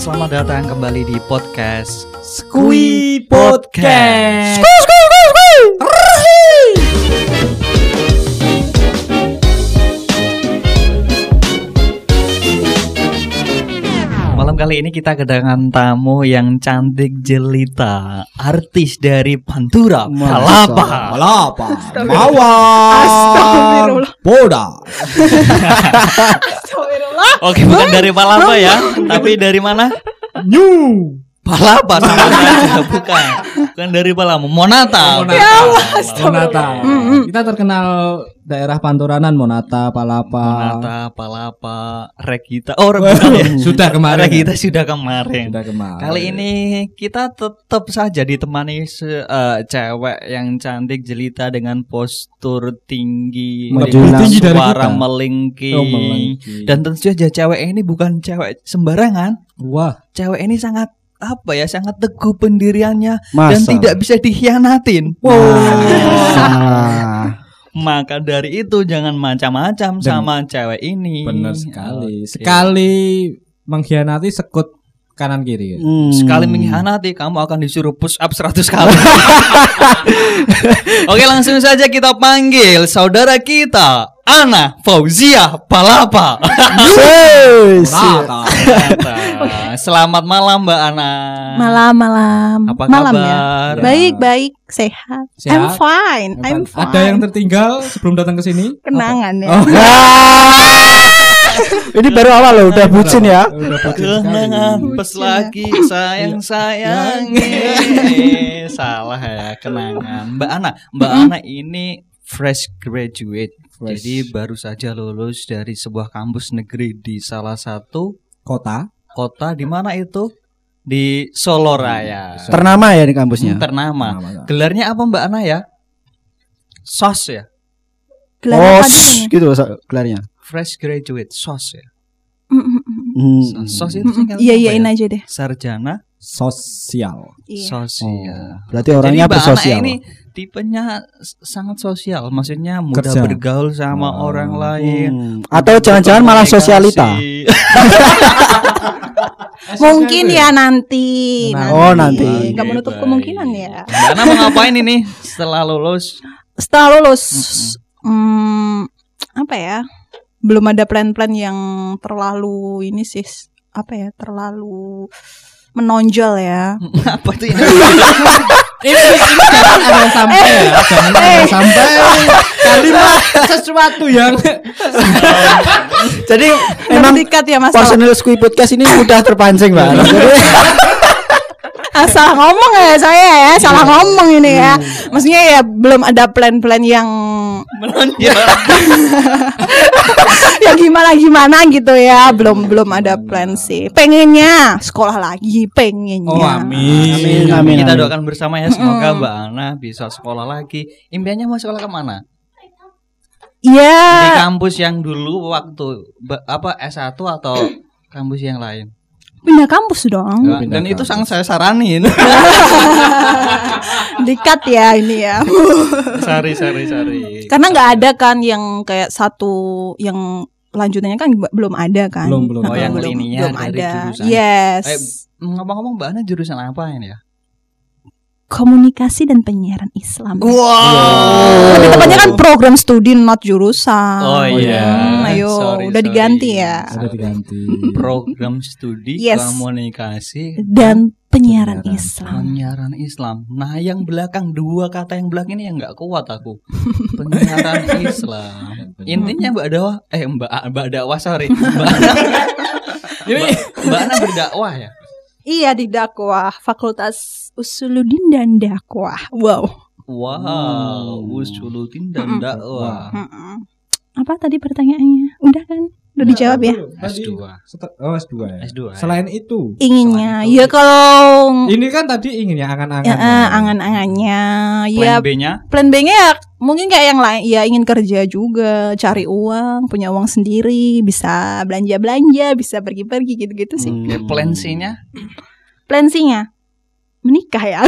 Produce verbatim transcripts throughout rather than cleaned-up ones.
selamat datang kembali di podcast Skui Podcast. Skui, skui, skui, skui. Malam kali ini kita kedatangan tamu yang cantik jelita, artis dari Pantura, Palapa. Palapa. Mawar. Boda. Oke, bukan dari Palapa ya, tapi dari mana? New. Palapa sama aja, bukan. Bukan dari Palapa, Monata. Monata. Ya Allah, Monata. Kita terkenal daerah Panturanan, Monata, Palapa. Monata, Palapa, Regita. Oh, bukan ya. Sudah kemarin. Regita sudah kemarin. Sudah kemarin. Kali ini kita tetap saja ditemani se- uh, cewek yang cantik jelita dengan postur tinggi, Lebih dengan tinggi dari suara kita. melingki. Oh, melingki. Dan tentu saja cewek ini bukan cewek sembarangan. Wah. Cewek ini sangat apa ya, sangat teguh pendiriannya. Masa? Dan tidak bisa dikhianatin. Wow. Maka dari itu jangan macam-macam sama cewek ini. Benar sekali. Oke. Sekali mengkhianati sekut kanan kiri. Hmm. Sekali mengkhianati kamu akan disuruh push up seratus kali. Oke, langsung saja kita panggil saudara kita, Ana Fauzia Palapa. Yes. Monata. Selamat malam Mbak Ana. Malam, malam. Apa malam kabar? ya. Baik, baik, sehat. Sehat? I'm fine. I'm fine. Ada yang tertinggal sebelum datang ke sini? kenangan ya. Oh. Ini baru awal loh, udah bucin ya. Udah bucin sekali. Kenangan Bucin pas ya. lagi sayang sayangi. Salah ya, kenangan. Mbak Ana, Mbak Ana ini fresh graduate. Fresh. Jadi baru saja lulus dari sebuah kampus negeri di salah satu Kota. kota di mana itu? Di Solo Raya. Ternama ya di kampusnya. Ternama. Ternama. Gelarnya apa Mbak Ana ya? Sos ya. Gelar Oh, apa shh, dulu? gitu so- gelarnya. Fresh graduate sos ya. Mm, mm, mm. Hmm. Sos itu Mm, mm. singkatan Iya, apa iyain ya? aja deh. Sarjana Sosial. Iya. sosial. Berarti orangnya Jadi Mbak bersosial. Ana ini tipenya s- sangat sosial, maksudnya mudah Kerja. bergaul sama Oh. orang lain. Hmm. Atau jangan-jangan malah sosialita. Mungkin ya nanti. Nanti. Oh, nanti. Gak menutup Baik. kemungkinan ya. Mbak Ana mau ngapain ini setelah lulus? Setelah lulus, hmm, apa ya? Belum ada plan-plan yang terlalu ini sih, apa ya? Terlalu menonjol ya. Apa tuh ini? Ini, ini jangan ada yang sampai ya, jangan ada yang sampai kalimat sesuatu yang Jadi memang Mendikat ya Mas. personal Skui Podcast ini mudah terpancing, Mbak. Jadi Ah, salah ngomong ya saya ya, salah ngomong ini ya. Maksudnya ya belum ada plan-plan yang Menonjol. yang gimana-gimana gitu ya. Belum belum ada plan sih. Pengennya sekolah lagi, pengennya. Oh, amin. Amin, amin. Kita amin. doakan bersama ya, semoga Mbak Ana bisa sekolah lagi. Impiannya mau sekolah kemana? Di Iya, kampus yang dulu waktu ba- apa S satu atau kampus yang lain? pindah kampus dong. Dan pindah itu kampus. sangat saya saranin. Dikat ya ini ya. Sari sari sari. Karena nggak ada kan yang kayak satu yang lanjutannya kan b- belum ada kan. Belum, belum. Oh, yang belum, linear belum dari ada. jurusan. Yes. Eh, ngomong-ngomong Mbak Ana jurusan apa ini ya? Komunikasi dan penyiaran Islam. Wow. Lebih tepatnya kan program studi not jurusan. Oh iya. Hmm, ayo, Sorry, udah sorry. diganti ya. sudah diganti. Program studi Yes. komunikasi Dan penyiaran Penyiaran. Islam. penyiaran Islam. Nah, yang belakang dua kata yang belakang ini yang nggak kuat aku. Penyiaran Islam. Intinya Mbak Dakwah, eh Mbak Mbak Dakwah sorry. Mbak Ana, Ini Mbak Ana berdakwah ya. Iya di dakwah Fakultas Usuluddin dan Dakwah. Wow. Wow, usuluddin dan dakwah. Mm-mm. Apa tadi pertanyaannya? Udah kan? Udah dijawab ya? S dua. Set- Oh, S dua ya. S dua, ya. Selain itu, Inginnya Selain itu- ya kalau ini kan tadi ingin ya angan-angan. ya, eh, angan-angannya ya Plan B-nya plan B-nya ya mungkin kayak yang lain ya ingin kerja juga, cari uang, punya uang sendiri, bisa belanja-belanja, bisa pergi-pergi gitu-gitu sih. ya, plan C-nya Plan C-nya menikah ya.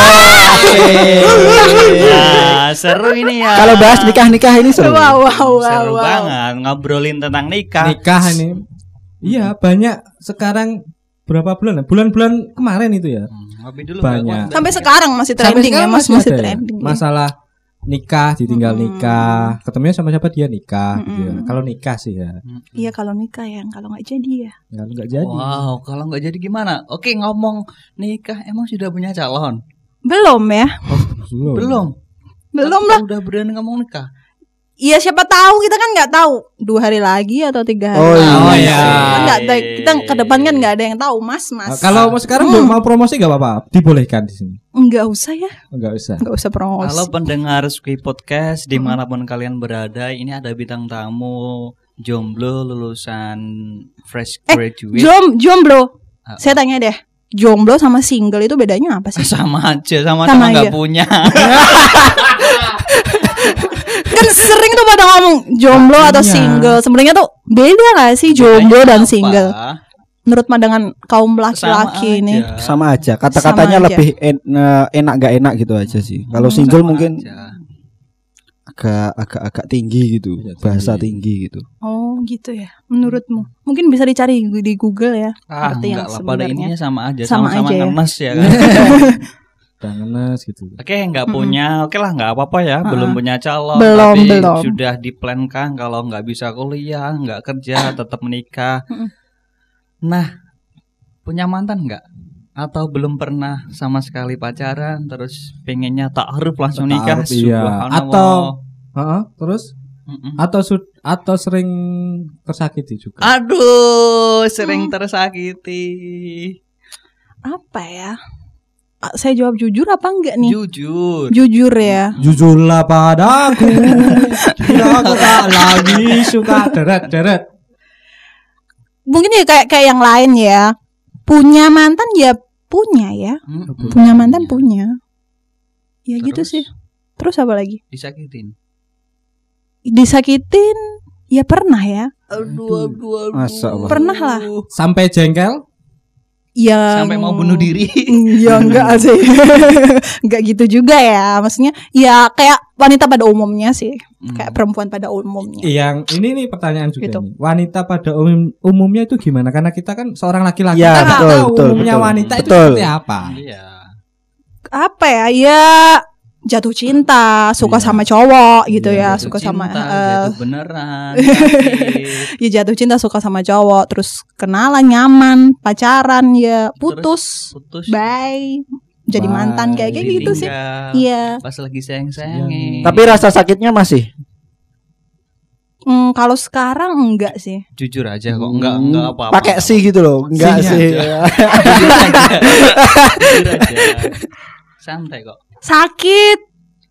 ya, seru ini ya. Kalau bahas nikah-nikah ini seru. Wow, wow, wow, seru wow. banget ngobrolin tentang nikah. Nikah ini. Iya, banyak sekarang berapa bulan? Bulan-bulan kemarin itu ya. Hmm, tapi dulu Banyak. nggak Sampai konten. sekarang masih Sampai trending ya, sekarang Mas, masih ada ya? trending. ya. Masalah nikah, ditinggal Mm-mm. nikah, ketemunya sama siapa dia nikah gitu ya. Mm-mm. Kalau nikah sih ya. Hmm. Iya kalau nikah ya, kalau nggak jadi ya. Ya enggak jadi. Wow, kalau nggak jadi gimana? Oke, ngomong nikah, emang sudah punya calon? Belum ya, Belum. Belum. belum Atau lah. Udah berani ngomong nikah. Iya siapa tahu, kita kan nggak tahu dua hari lagi atau tiga hari. Oh, lagi. Oh, iya. Kan nggak ada- kita ke depan kan nggak ada yang tahu, Mas, Nah, Mas. kalau mau sekarang Hmm. mau promosi enggak apa-apa, dibolehkan di sini. Nggak usah ya, Enggak usah. nggak usah promosi. Kalau pendengar Squid Podcast dimanapun kalian berada, ini ada bintang tamu jomblo lulusan fresh Eh, graduate. Jom, jomblo. Ah. Saya tanya deh, jomblo sama single itu bedanya apa sih? Sama aja, Sama sama-sama aja. nggak punya. Kan sering tuh pada ngomong jomblo atau Iya. single. Sebenarnya tuh beda gak sih jomblo dan single? Menurut pandangan kaum laki-laki Sama nih. aja. Sama aja. Kata-katanya Sama aja. lebih en- eh, enak gak enak gitu aja sih. Kalau Hmm, single Sama mungkin aja. agak agak agak tinggi gitu. Iya, tinggi. Bahasa tinggi gitu. Oh gitu ya. Menurutmu? Mungkin bisa dicari di Google ya. Ah, Arti yang enggak lah, pada sebenarnya. intinya sama aja, Sama sama-sama aja ya. ngenes ya kan. Udah ngenes gitu. Oke, nggak Mm-mm. punya, oke lah nggak apa-apa ya, Ha-ha. belum punya calon, Belum, tapi belum. sudah diplankan kalau nggak bisa kuliah, nggak kerja, tetap menikah. Mm-mm. Nah, punya mantan nggak? Atau belum pernah sama sekali pacaran, terus pengennya ta'aruf langsung nikah? Ta'aruf, iya. Subhanallah. Atau- Heeh, terus Mm-mm. atau sud- atau sering tersakiti juga. Aduh, sering Hmm. tersakiti. Apa ya? Ah, Saya jawab jujur apa enggak nih? Jujur. Jujur ya. Jujurlah padaku, bila aku tak lagi suka deret-deret. Mungkin ya kayak kayak yang lain ya. Punya mantan ya punya ya. Mm-mm. Punya mantan punya. Ya gitu Terus? sih. Terus apa lagi? Disakitin. Disakitin ya pernah ya. Aduh, aduh, aduh. Masa Allah. Pernah lah. Sampai jengkel? Ya Sampai mau bunuh diri. Ya enggak sih. Enggak gitu juga ya. Maksudnya ya kayak wanita pada umumnya sih. Hmm. Kayak perempuan pada umumnya. Yang ini nih pertanyaan juga Gitu. nih. Wanita pada umum, umumnya itu gimana? Karena kita kan seorang laki-laki, Ya, kita nggak betul, tahu betul, umumnya betul. wanita itu Betul. seperti apa. Iya. Apa ya? Ya jatuh cinta, suka Iya. sama cowok gitu Iya, ya, Jatuh suka sama cinta, eh, jatuh beneran. sakit. ya jatuh cinta suka sama cowok, terus kenalan nyaman, pacaran ya putus, Putus. bye, jadi Bye. mantan kayak kayak gitu sih. Ditinggal. Iya. Pas lagi sayang-sayangnya. Tapi rasa sakitnya masih. Hmm, kalau sekarang enggak sih. Jujur aja kok, enggak enggak apa-apa. Pakai sih gitu loh. Enggak Sinya sih. Jujur aja. Jujur aja. Santai kok. Sakit.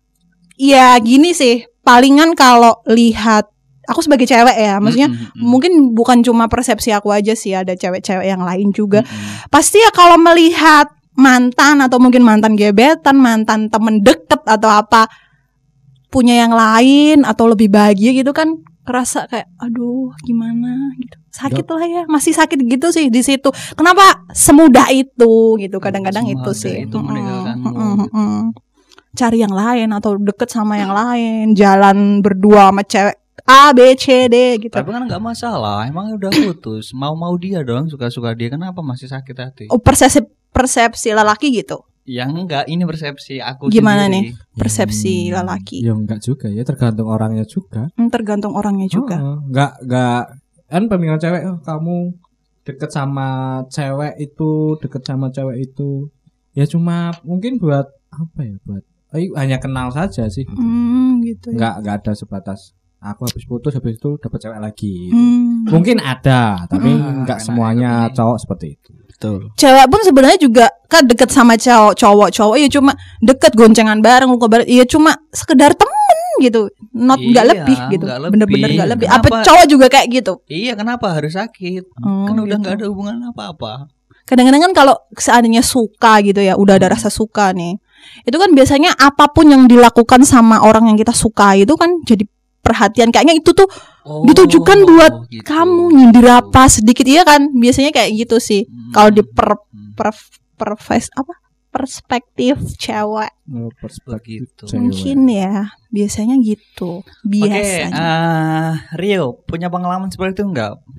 Ya gini sih, palingan kalau lihat aku sebagai cewek ya, maksudnya Mm-mm, mm-mm. mungkin bukan cuma persepsi aku aja sih, ada cewek-cewek yang lain juga. Mm-mm. Pasti ya kalau melihat mantan atau mungkin mantan gebetan, mantan temen deket atau apa punya yang lain atau lebih bahagia gitu kan, kerasa kayak aduh gimana gitu. Sakit lah ya, masih sakit gitu sih di situ. Kenapa semudah itu gitu? Kadang-kadang itu Semudah sih. itu Mm-mm, meninggalkanmu, mm-mm, gitu. mm-mm. Cari yang lain atau deket sama yang lain, jalan berdua sama cewek A B C D gitu. Tapi kan enggak masalah, emang udah putus. Mau-mau dia dong, suka-suka dia. Kenapa masih sakit hati? Oh, persepsi persepsi lelaki gitu. Yang enggak, ini persepsi aku Gimana sendiri. nih persepsi Hmm, lelaki? Ya enggak juga ya, tergantung orangnya juga. Hmm, tergantung orangnya juga. Oh, enggak enggak kan pemikiran cewek, oh, kamu deket sama cewek itu, deket sama cewek itu. Ya cuma mungkin buat apa ya? Buat eh, hanya kenal saja sih. Gitu. Hmm, gitu. Ya. Enggak enggak ada sebatas aku habis putus habis itu dapat cewek lagi. Hmm. Mungkin ada, tapi Hmm. enggak Enak, semuanya enak. cowok seperti itu. Betul. Cewek pun sebenarnya juga kan deket sama cowok, cowok-cowok ya cuma deket goncengan bareng luka bareng, ya cuma sekedar temen gitu, not nggak Iya, lebih gitu, nggak lebih. bener-bener nggak lebih. Kenapa? Apa cowok juga kayak gitu? Iya, kenapa harus sakit? Oh, Kan udah gitu. enggak ada hubungan apa-apa. Kadang-kadang kan kalau seandainya suka gitu ya, udah ada Hmm. rasa suka nih, itu kan biasanya apapun yang dilakukan sama orang yang kita suka itu kan jadi perhatian, kayaknya itu tuh Oh, ditujukan buat gitu. kamu, nyindir apa sedikit, iya kan biasanya kayak gitu sih. Hmm. Kalau di per, Hmm. per, perves- apa perspektif cewek Oh, perspektif Begitu. cewek. mungkin ya biasanya gitu Oke, biasanya. eh, Rio punya pengalaman seperti itu enggak?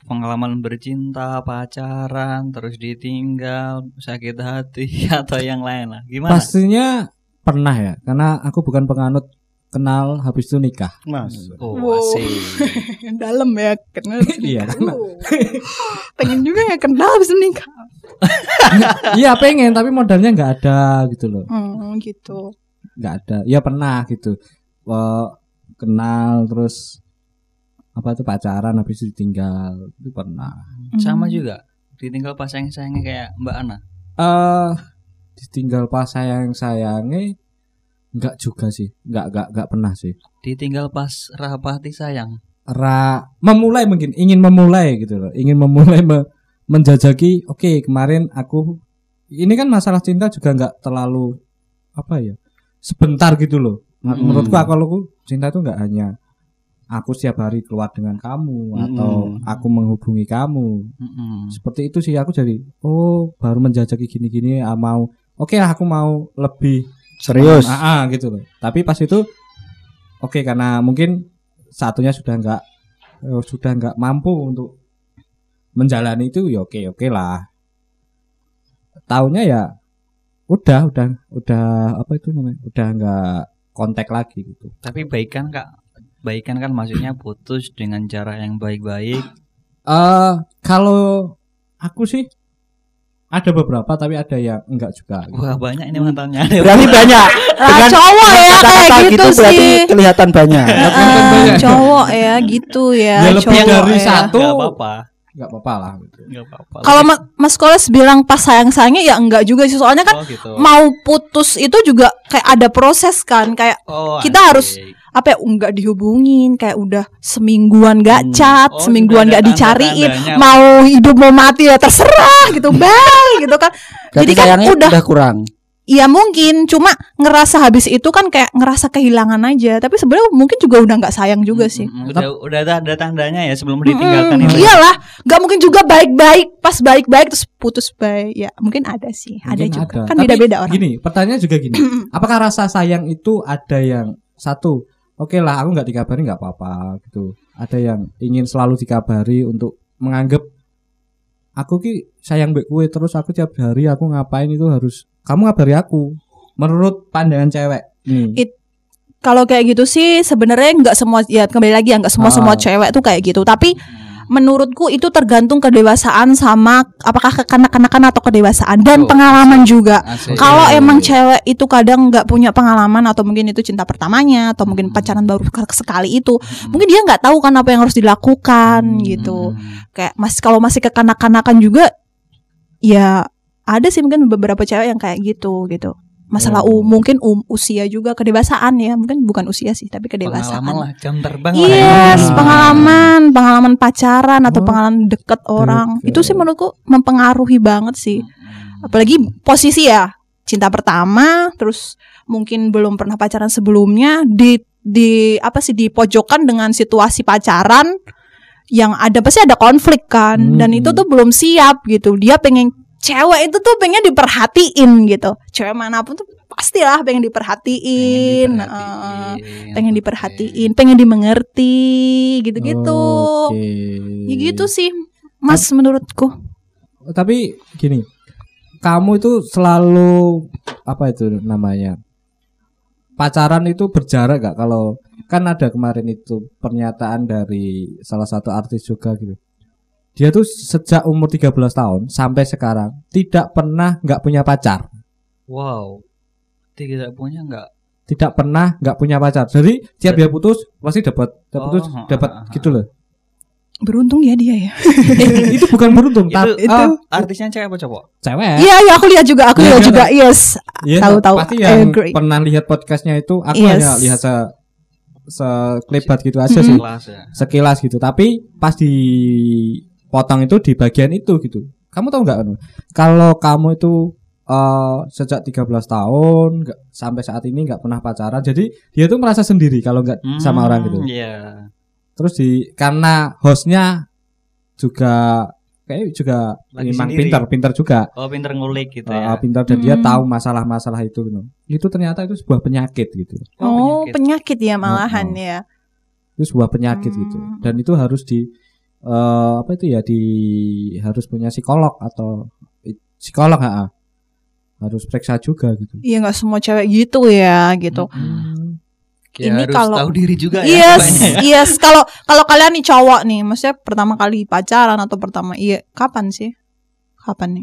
pengalaman bercinta, pacaran, terus ditinggal, sakit hati atau yang lain lah. Gimana? Pastinya pernah ya, karena aku bukan penganut kenal habis itu nikah. Mas. Oh, Wow. asik. Dalam ya kenal. Iya, karena Pengen juga ya kenal habis nikah. iya pengen tapi modalnya nggak ada gitu loh. Hmm, gitu. Nggak ada. Ya pernah gitu. Eh, kenal terus apa tuh pacaran habis itu ditinggal. Itu pernah. Sama Hmm. juga. Ditinggal pas sayang-sayangnya kayak Mbak Ana. Eh ditinggal pas sayang-sayangnya enggak juga sih. Enggak enggak enggak pernah sih. Ditinggal pas rapati sayang. Ra memulai mungkin ingin memulai gitu loh. Ingin memulai me- menjajaki oke kemarin aku ini kan masalah cinta juga enggak terlalu apa ya? Sebentar gitu loh. Nah, Hmm. menurutku kalau aku cinta itu enggak hanya aku setiap hari keluar dengan kamu atau Hmm. aku menghubungi kamu. Mm-mm. Seperti itu sih aku jadi oh baru menjajaki gini-gini ah, mau oke lah aku mau lebih Serius. ah, ah, gitu loh. Tapi pas itu oke karena mungkin satunya sudah enggak eh, sudah enggak mampu untuk menjalani itu ya oke oke lah. Taunya ya udah udah udah apa itu namanya udah enggak kontak lagi gitu. Tapi baikan Kak. Baikan kan maksudnya putus dengan cara yang baik-baik. Eh kalau aku sih ada beberapa tapi ada yang enggak juga. gitu. Wah, banyak ini mantannya. Berarti banyak. Lah Dengan cowok ya kayak kata-kata gitu, gitu berarti sih. kelihatan banyak. Ah, cowok ya gitu ya. Ya, lebih cowok dari ya. satu. Enggak apa-apa. Enggak apa-apa lah gitu. Enggak apa-apa. Kalau Ma- Mas Koles bilang pas sayang-sayangnya ya enggak juga sih. Soalnya kan Oh, gitu. mau putus itu juga kayak ada proses kan. Kayak Oh, kita asik. harus apa ya enggak dihubungin, kayak udah semingguan enggak Hmm. chat, Oh, semingguan sudah enggak ada dicariin, tanda-tandanya. mau hidup mau mati ya terserah gitu, bye gitu kan. Berarti Jadi kan sayangnya udah udah kurang. Iya mungkin cuma ngerasa habis itu kan kayak ngerasa kehilangan aja, tapi sebenarnya mungkin juga udah nggak sayang juga sih. Mm-mm. Udah udah ada, ada tandanya ya sebelum ditinggalkan Mm-mm. itu. Iyalah, nggak mungkin juga baik-baik pas baik-baik terus putus baik. Ya mungkin ada sih, ada Mungkin juga. ada. Kan Tapi beda-beda orang. Gini, pertanyaannya juga gini. Apakah rasa sayang itu ada yang satu, oke lah aku nggak dikabari nggak apa-apa gitu. Ada yang ingin selalu dikabari untuk menganggap aku ki sayang mbek kue terus aku tiap hari aku ngapain itu harus kamu ngabari aku. Menurut pandangan cewek. Nih. It- Kalau kayak gitu sih sebenarnya nggak semua, ya kembali lagi ya nggak semua semua Ah. cewek tuh kayak gitu. Tapi menurutku itu tergantung kedewasaan sama apakah kekanak-kanakan atau kedewasaan dan Oh, pengalaman juga. Asik. Kalau Oke. emang cewek itu kadang nggak punya pengalaman atau mungkin itu cinta pertamanya atau mungkin Hmm. pacaran baru ke- sekali itu, Mm-mm. mungkin dia nggak tahu kan apa yang harus dilakukan Hmm. gitu. Mm-mm. Kayak mas kalau masih kekanak-kanakan juga, ya ada sih mungkin beberapa cewek yang kayak gitu gitu. Masalah Oh. u- mungkin um, usia juga kedewasaan ya, mungkin bukan usia sih tapi kedewasaan. Pengalaman lah, jam terbang lah. Yes, Ah. pengalaman, pengalaman pacaran atau Oh, pengalaman deket orang. deket. Itu sih menurutku mempengaruhi banget sih. Mm-mm. Apalagi posisi ya, cinta pertama, terus mungkin belum pernah pacaran sebelumnya, di di apa sih dipojokkan dengan situasi pacaran yang ada pasti ada konflik kan, dan Hmm. itu tuh belum siap gitu. Dia pengen cewek itu tuh pengen diperhatiin gitu. Cewek manapun tuh pastilah pengen diperhatiin, Pengen eh, diperhatiin. pengen Oke. diperhatiin, pengen dimengerti, gitu-gitu. Oke. Ya gitu sih, Mas menurutku. Tapi gini, kamu itu selalu apa itu namanya? Pacaran itu berjarak gak? Kalau kan ada kemarin itu pernyataan dari salah satu artis juga gitu. Dia tuh sejak umur tiga belas tahun sampai sekarang tidak pernah nggak punya pacar. Wow. Tidak punya enggak? Tidak pernah nggak punya pacar. Jadi tiap dia putus pasti dapat dapat Oh, putus ha, dapat ha, ha. gitu loh. Beruntung ya dia ya. Eh, itu bukan beruntung, Itu, tapi itu ah, artisnya cewek apa cowok? cewek. Iya, iya aku lihat juga, aku Iya, lihat iya, juga. Yes. Iya, Tahu, tahu. pasti yang Agree. pernah lihat podcastnya itu aku Yes. hanya lihat se sekelibat gitu aja sih, Kelas ya. sekilas gitu. Tapi pas dipotong itu di bagian itu gitu. Kamu tahu nggak? Anu? Kalau kamu itu eh, sejak tiga belas tahun nggak sampai saat ini nggak pernah pacaran, jadi dia tuh merasa sendiri kalau nggak sama Hmm, orang gitu. Iya. Terus di karena hostnya juga kayak juga Lagi memang sendiri. pintar, pintar juga. Oh, pinter ngulik gitu Uh, ya. pintar dan dia Hmm. tahu masalah-masalah itu gitu. Itu ternyata itu sebuah penyakit gitu. Oh, penyakit. penyakit ya malahan Oh, oh. ya. Itu sebuah penyakit Hmm. gitu. Dan itu harus di eh, apa itu ya di harus punya psikolog atau i- psikolog ha, harus periksa juga gitu. Iya nggak semua cewek gitu ya gitu. Hmm. Ya, Ini harus kalau tahu diri juga ya. Yes, pokoknya ya. yes. Kalau kalau kalian nih cowok nih, maksudnya pertama kali pacaran atau pertama iya kapan sih? Kapan nih?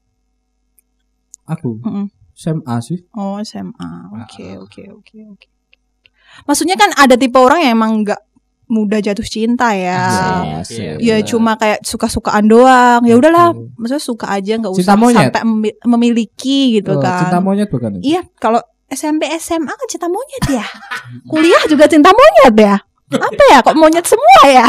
Aku Mm-mm. S M A sih. Oh S M A. Oke oke oke oke. Maksudnya kan ada tipe orang yang emang nggak mudah jatuh cinta ya. Yes, Iya, Ya benar. cuma kayak suka-sukaan doang. Ya udahlah, Oke. maksudnya suka aja nggak Cinta usah monyet? sampai memi- memiliki gitu Oh, kan. cinta monyet bukan itu? Iya, kalau S M P S M A kan cinta monyet ya. Kuliah juga cinta monyet ya. Apa ya kok monyet semua ya?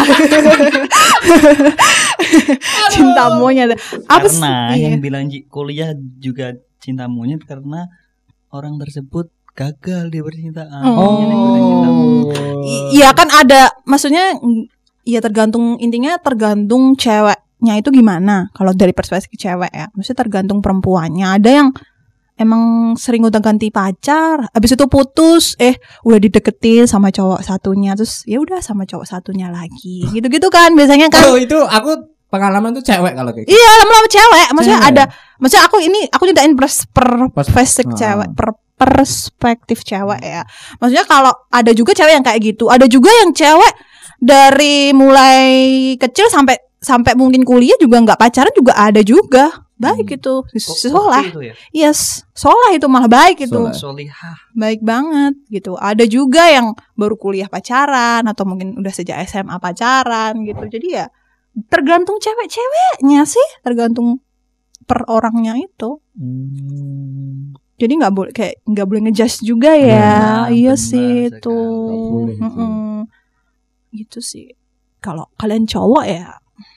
Cinta monyet. Apa sih? Karena Iya. yang bilang ji- kuliah juga cinta monyet karena orang tersebut gagal di percintaan. Oh. Jadi bukan cinta monyet. I- Iya kan ada, maksudnya mm, ya tergantung, intinya tergantung ceweknya itu gimana. Kalau dari perspektif cewek ya, maksudnya tergantung perempuannya. Ada yang emang sering udah ganti pacar, habis itu putus, eh udah dideketin sama cowok satunya, terus ya udah sama cowok satunya lagi, gitu-gitu kan biasanya kan. Oh, itu aku pengalaman tuh cewek kalau kayak gitu. Iya, lama-lama cewek. Maksudnya Cewek. ada, maksudnya aku ini aku nyetain pers- per- Pers- perspektif Ah. cewek, per- perspektif cewek ya. Maksudnya kalau ada juga cewek yang kayak gitu, ada juga yang cewek dari mulai kecil sampai sampai mungkin kuliah juga nggak pacaran juga ada juga. Baik Hmm. itu, Kok- soleh. kok itu ya? Yes, soleh itu malah baik itu. Soleh. Solihah. Baik banget gitu. Ada juga yang baru kuliah pacaran atau mungkin udah sejak S M A pacaran gitu. Jadi ya tergantung cewek-ceweknya sih, tergantung per orangnya itu. Hmm. Jadi nggak boleh kayak nggak boleh ngejudge juga ya. Benar, Iya benar sih sekali. itu. Nggak boleh itu. Mm-mm. Gitu sih. Kalau kalian cowok ya,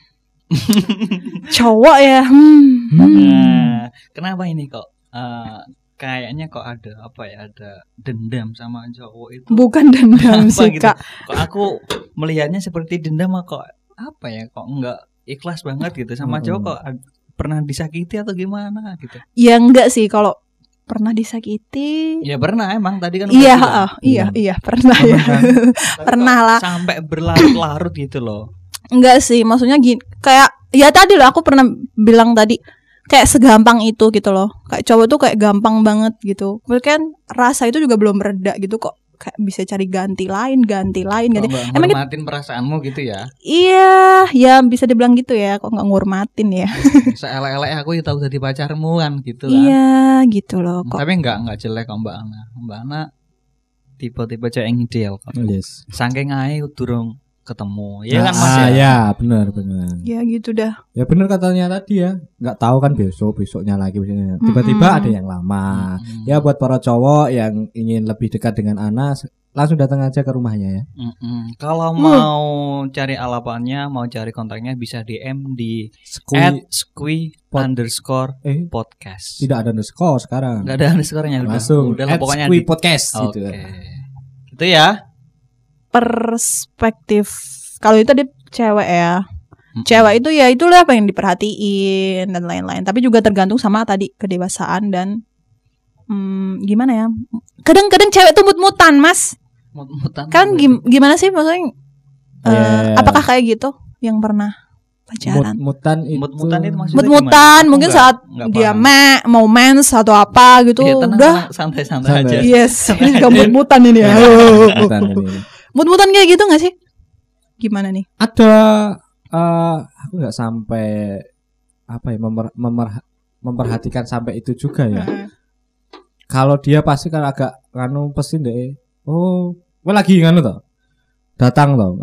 cowok ya. Hmm. hmm. Nah, kenapa ini kok eh, kayaknya kok ada apa ya, ada dendam sama cowok itu? Bukan dendam Apa sih gitu? kak. Kok aku melihatnya seperti dendam, kok apa ya, kok enggak ikhlas banget gitu sama Mm-mm. cowok, kok ad- pernah disakiti atau gimana gitu? Ya enggak sih kalau pernah disakiti. Ya pernah emang tadi kan udah Iya, bilang. ah, iya, iya pernah ya. Tapi Pernah kok lah. sampai berlarut-larut gitu loh. Enggak sih, maksudnya gini, kayak ya tadi loh aku pernah bilang tadi kayak segampang itu gitu loh. Kayak cowok tuh kayak gampang banget gitu. Mungkin rasa itu juga belum mereda gitu kok. Kayak bisa cari ganti lain, ganti lain, Kok ganti. nggak Emang gitu? ngormatin perasaanmu gitu ya? Iya, ya bisa dibilang gitu ya. Kok nggak ngurmatin ya? Seelek-elek aku ya tahu jadi pacarmu kan gitu kan. Iya, gitu loh kok. Tapi enggak enggak jelek kok Mbak Ana. Mbak Ana tipe-tipe cewek yang ideal kok. Yes. Saking ae durung ketemu. Ya kan Mas Ah, ya? ya, benar benar. Ya gitu dah. Ya benar katanya tadi ya. Nggak tahu kan besok besoknya lagi besoknya. Tiba-tiba Mm-mm. ada yang lama. Mm-mm. Ya buat para cowok yang ingin lebih dekat dengan Ana, langsung datang aja ke rumahnya ya. Mm-mm. Kalau Hmm. mau cari alapannya, mau cari kontaknya bisa D M di at Skui, squi Pod- underscore eh podcast. tidak ada underscore sekarang. Enggak ada underscore-nya udah. Langsung Udah lah at pokoknya Skui di- podcast Oke. gitu. Gitu ya. Perspektif. Kalau itu tadi cewek ya. Mm-mm. Cewek itu ya itulah apa yang diperhatiin dan lain-lain. Tapi juga tergantung sama tadi kedewasaan dan hmm, gimana ya? Kadang-kadang cewek tuh mut-mutan, Mas. Mut-mutan. Kan gim- gimana sih maksudnya? eh, Yeah. Apakah kayak gitu yang pernah pacaran? Mut-mutan itu. Mut-mutan itu maksudnya Mut-mutan gimana? mungkin Aku saat nggak- nggak dia paham. me, mau mens atau apa gitu. Iya, tenang, Udah. tenang, santai-santai Santai. aja. Yes, ini juga mut-mutan ini ya. Mut-mutan ini. Mut-mutan kayak gitu gak sih? Gimana nih? Ada eh, aku nggak sampai apa ya memer, memer- memperhatikan sampai itu juga ya. Kalau dia pasti kan agak nganu pesin deh. Oh, gue lagi nganu toh. Datang toh.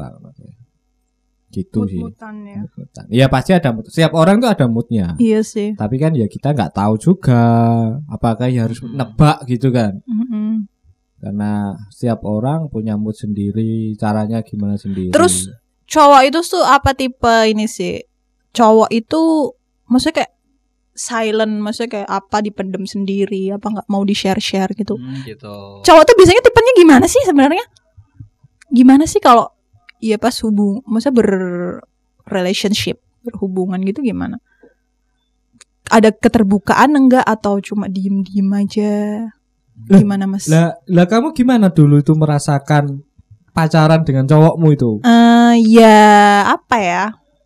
Gitu sih. Mut-mutan ya. Mut-mutan. Iya pasti ada mood. Setiap orang tuh ada moodnya. Iya sih. Tapi kan ya kita nggak tahu juga apakah ya harus Hmm. nebak gitu kan. Mm-mm. Karena setiap orang punya mood sendiri, caranya gimana sendiri. Terus cowok itu tuh apa tipe ini sih? Cowok itu maksudnya kayak silent, maksudnya kayak apa dipendem sendiri, apa nggak mau di share-share gitu. Hmm, gitu. Cowok tuh biasanya tipenya gimana sih sebenarnya? Gimana sih kalau iya pas hubung, maksudnya ber relationship, berhubungan gitu gimana? Ada keterbukaan enggak atau cuma diem-diem aja? Lah, Gimana Mas? Lah, lah kamu gimana dulu itu merasakan pacaran dengan cowokmu itu? Eh ya apa ya?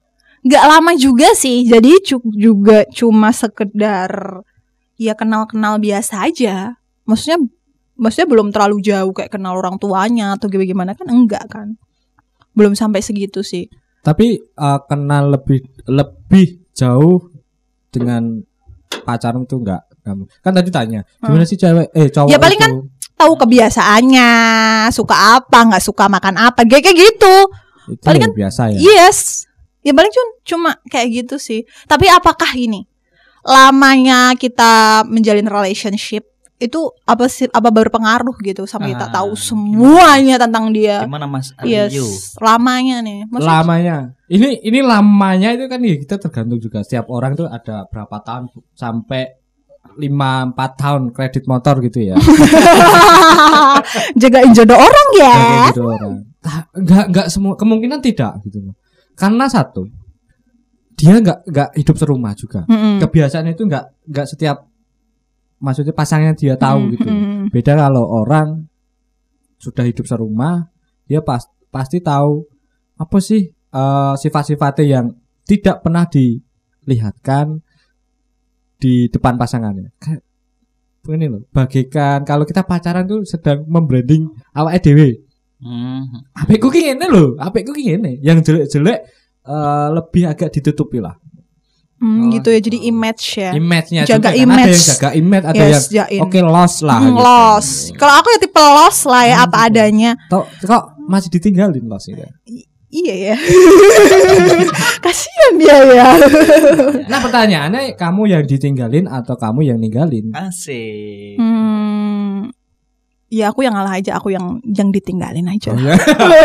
nggak lama juga sih. Jadi cu- juga cuma sekedar ya kenal-kenal biasa aja. Maksudnya maksudnya belum terlalu jauh kayak kenal orang tuanya atau gimana kan enggak kan. Belum sampai segitu sih. Tapi uh, kenal lebih lebih jauh dengan pacarmu itu enggak kamu. Kan tadi tanya, gimana sih cewek eh cowok Ya paling itu? kan tahu kebiasaannya, suka apa, nggak suka makan apa, kayak kayak gitu. Itu paling kan biasa ya. Yes. Ya paling cuma, cuma kayak gitu sih. Tapi apakah ini lamanya kita menjalin relationship itu apa sih apa berpengaruh gitu sampai kita Ah, tahu semuanya tentang dia? Gimana Mas Aryo? Yes, lamanya nih. Maksudnya, Lamanya. Ini ini lamanya itu kan ya kita tergantung juga. Setiap orang itu ada berapa tahun sampai lima empat tahun kredit motor gitu ya. jagain jodoh orang ya. Kayak gitu orang. Ah, Enggak enggak semua kemungkinan tidak gitu loh. Karena satu dia enggak enggak hidup serumah juga. Mm-mm. Kebiasaannya itu enggak enggak setiap maksudnya pasangnya dia tahu Mm, gitu. mm. Beda kalau orang sudah hidup serumah, dia pas, pasti tahu apa sih eh, sifat-sifatnya yang tidak pernah dilihatkan di depan pasangannya. Kayak ini loh, bagikan kalau kita pacaran tuh sedang membranding awake dhewe. Hmm. Apikku ki ngene lho, apikku ki ngene. Yang jelek-jelek eh, lebih agak ditutupi lah. Hmm, Oh, gitu ya. Jadi gitu. image ya. Image-nya Jaga juga kan. Ada image. yang jaga image, ada Yes, yang jain. oke loss lah. Hmm, gitu. loss. Kalau aku ya tipe loss lah ya, Hmm, apa gitu. adanya. Tok, kok masih ditinggalin loss itu. Iya ya. Kasihan dia ya. Nah pertanyaannya, kamu yang ditinggalin atau kamu yang ninggalin? Asik. Hmm, ya aku yang ngalah aja, aku yang yang ditinggalin aja. Oh, ya.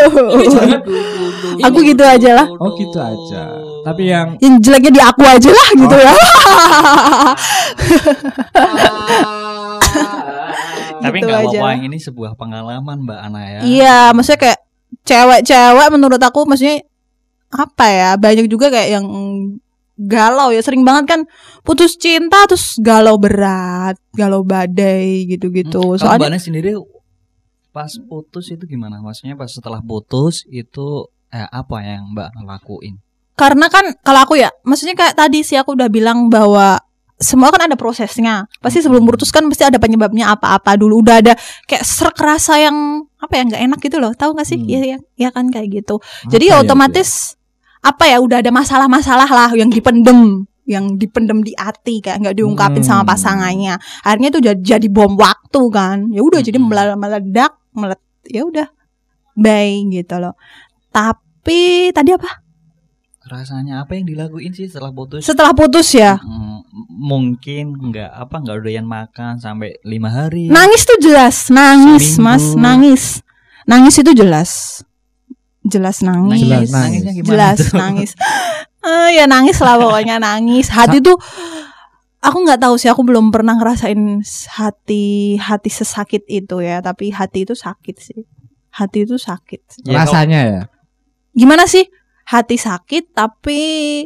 Aku gitu aja lah. Oh gitu aja. Tapi yang Yang jeleknya di aku aja lah gitu ya. Tapi Gitu nggak aja. apa-apa, yang ini sebuah pengalaman Mbak Ana ya. Iya, maksudnya kayak cewek-cewek menurut aku maksudnya apa ya? Banyak juga kayak yang galau ya, sering banget kan putus cinta terus galau berat, galau badai gitu-gitu. Kalau Mbak Soalnya Ana sendiri pas putus itu gimana? Maksudnya pas setelah putus itu eh, apa yang Mbak Ana lakuin? karena kan kalau aku ya, maksudnya kayak tadi sih aku udah bilang bahwa semua kan ada prosesnya. Pasti sebelum putus kan pasti ada penyebabnya apa-apa dulu. Udah ada kayak serak rasa yang apa ya nggak enak gitu loh. Tahu nggak sih? Hmm. Iya ya, ya kan kayak gitu. Jadi Apa ya, otomatis apa ya udah ada masalah-masalah lah yang dipendem, yang dipendem di hati kayak nggak diungkapin Hmm. sama pasangannya. Akhirnya itu jadi, jadi bom waktu kan. Ya udah jadi Hmm. mele- meledak, melet ya udah. Bye gitu loh. Tapi tadi apa? Rasanya apa yang dilakuin sih setelah putus? Setelah putus ya. Hmm, mungkin nggak apa nggak doyan makan sampai lima hari. Nangis tuh jelas, nangis Seminggu. mas, nangis, nangis itu jelas, jelas nangis, Jelas nangis. Nangisnya gimana jelas tuh? nangis, Eh, ya nangis lah pokoknya nangis. Hati tuh, aku nggak tahu sih, aku belum pernah ngerasain hati hati sesakit itu ya, tapi hati itu sakit sih, hati itu sakit. Ya, rasanya ya. Gimana sih? Hati sakit tapi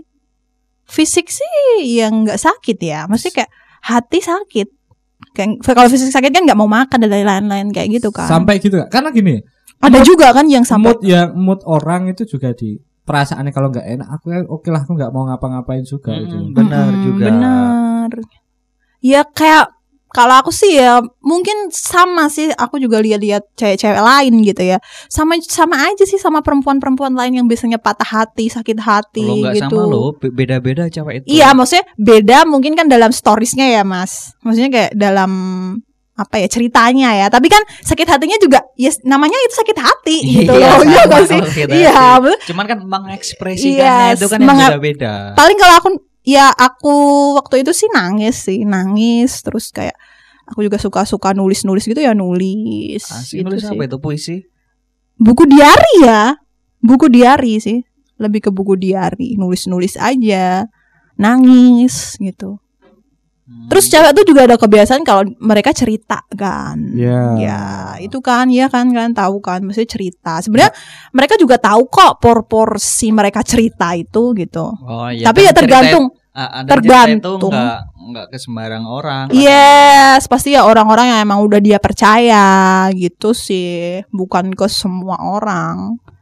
fisik sih yang nggak sakit ya, maksudnya kayak hati sakit. Kayak kalau fisik sakit kan nggak mau makan dan lain-lain kayak gitu kan. Sampai gitu gak? Karena gini, Ada mood- juga kan yang sampai mood yang mood orang itu juga di perasaannya kalau nggak enak, aku kan oke lah, aku nggak mau ngapa-ngapain juga Mm-mm, itu. benar Mm-mm, juga. Benar. Ya kayak kalau aku sih ya mungkin sama sih, aku juga lihat-lihat cewek-cewek lain gitu ya. Sama sama aja sih sama perempuan-perempuan lain yang biasanya patah hati, sakit hati Kalau nggak gitu. sama lo, be- beda-beda cewek itu. Iya, maksudnya beda mungkin kan dalam storiesnya ya, Mas. Maksudnya kayak dalam apa ya ceritanya ya. Tapi kan sakit hatinya juga, ya namanya itu sakit hati gitu Iya, loh. Iya sama nggak sih? kalau sakit Iya, hati. betul. Cuman kan mengekspresikannya Yes, itu kan yang menga- beda-beda. Paling kalau aku ya aku waktu itu sih nangis sih, nangis terus kayak aku juga suka-suka nulis-nulis gitu ya, nulis Asik, gitu nulis sih. apa itu puisi? Buku diari ya. Buku diari sih. Lebih ke buku diari, nulis-nulis aja. Nangis gitu. Hmm. Terus cewek tuh juga ada kebiasaan kalau mereka cerita kan. Iya. Ya, itu kan ya kan kan tahu kan mesti cerita. Sebenarnya mereka juga tahu kok proporsi mereka cerita itu gitu. Oh, iya, Tapi kan ya tergantung. cerita- ah, ada cerita itu tergantung. nggak nggak ke sembarang orang. Yes, pasti ya orang-orang yang emang udah dia percaya gitu sih, bukan ke semua orang.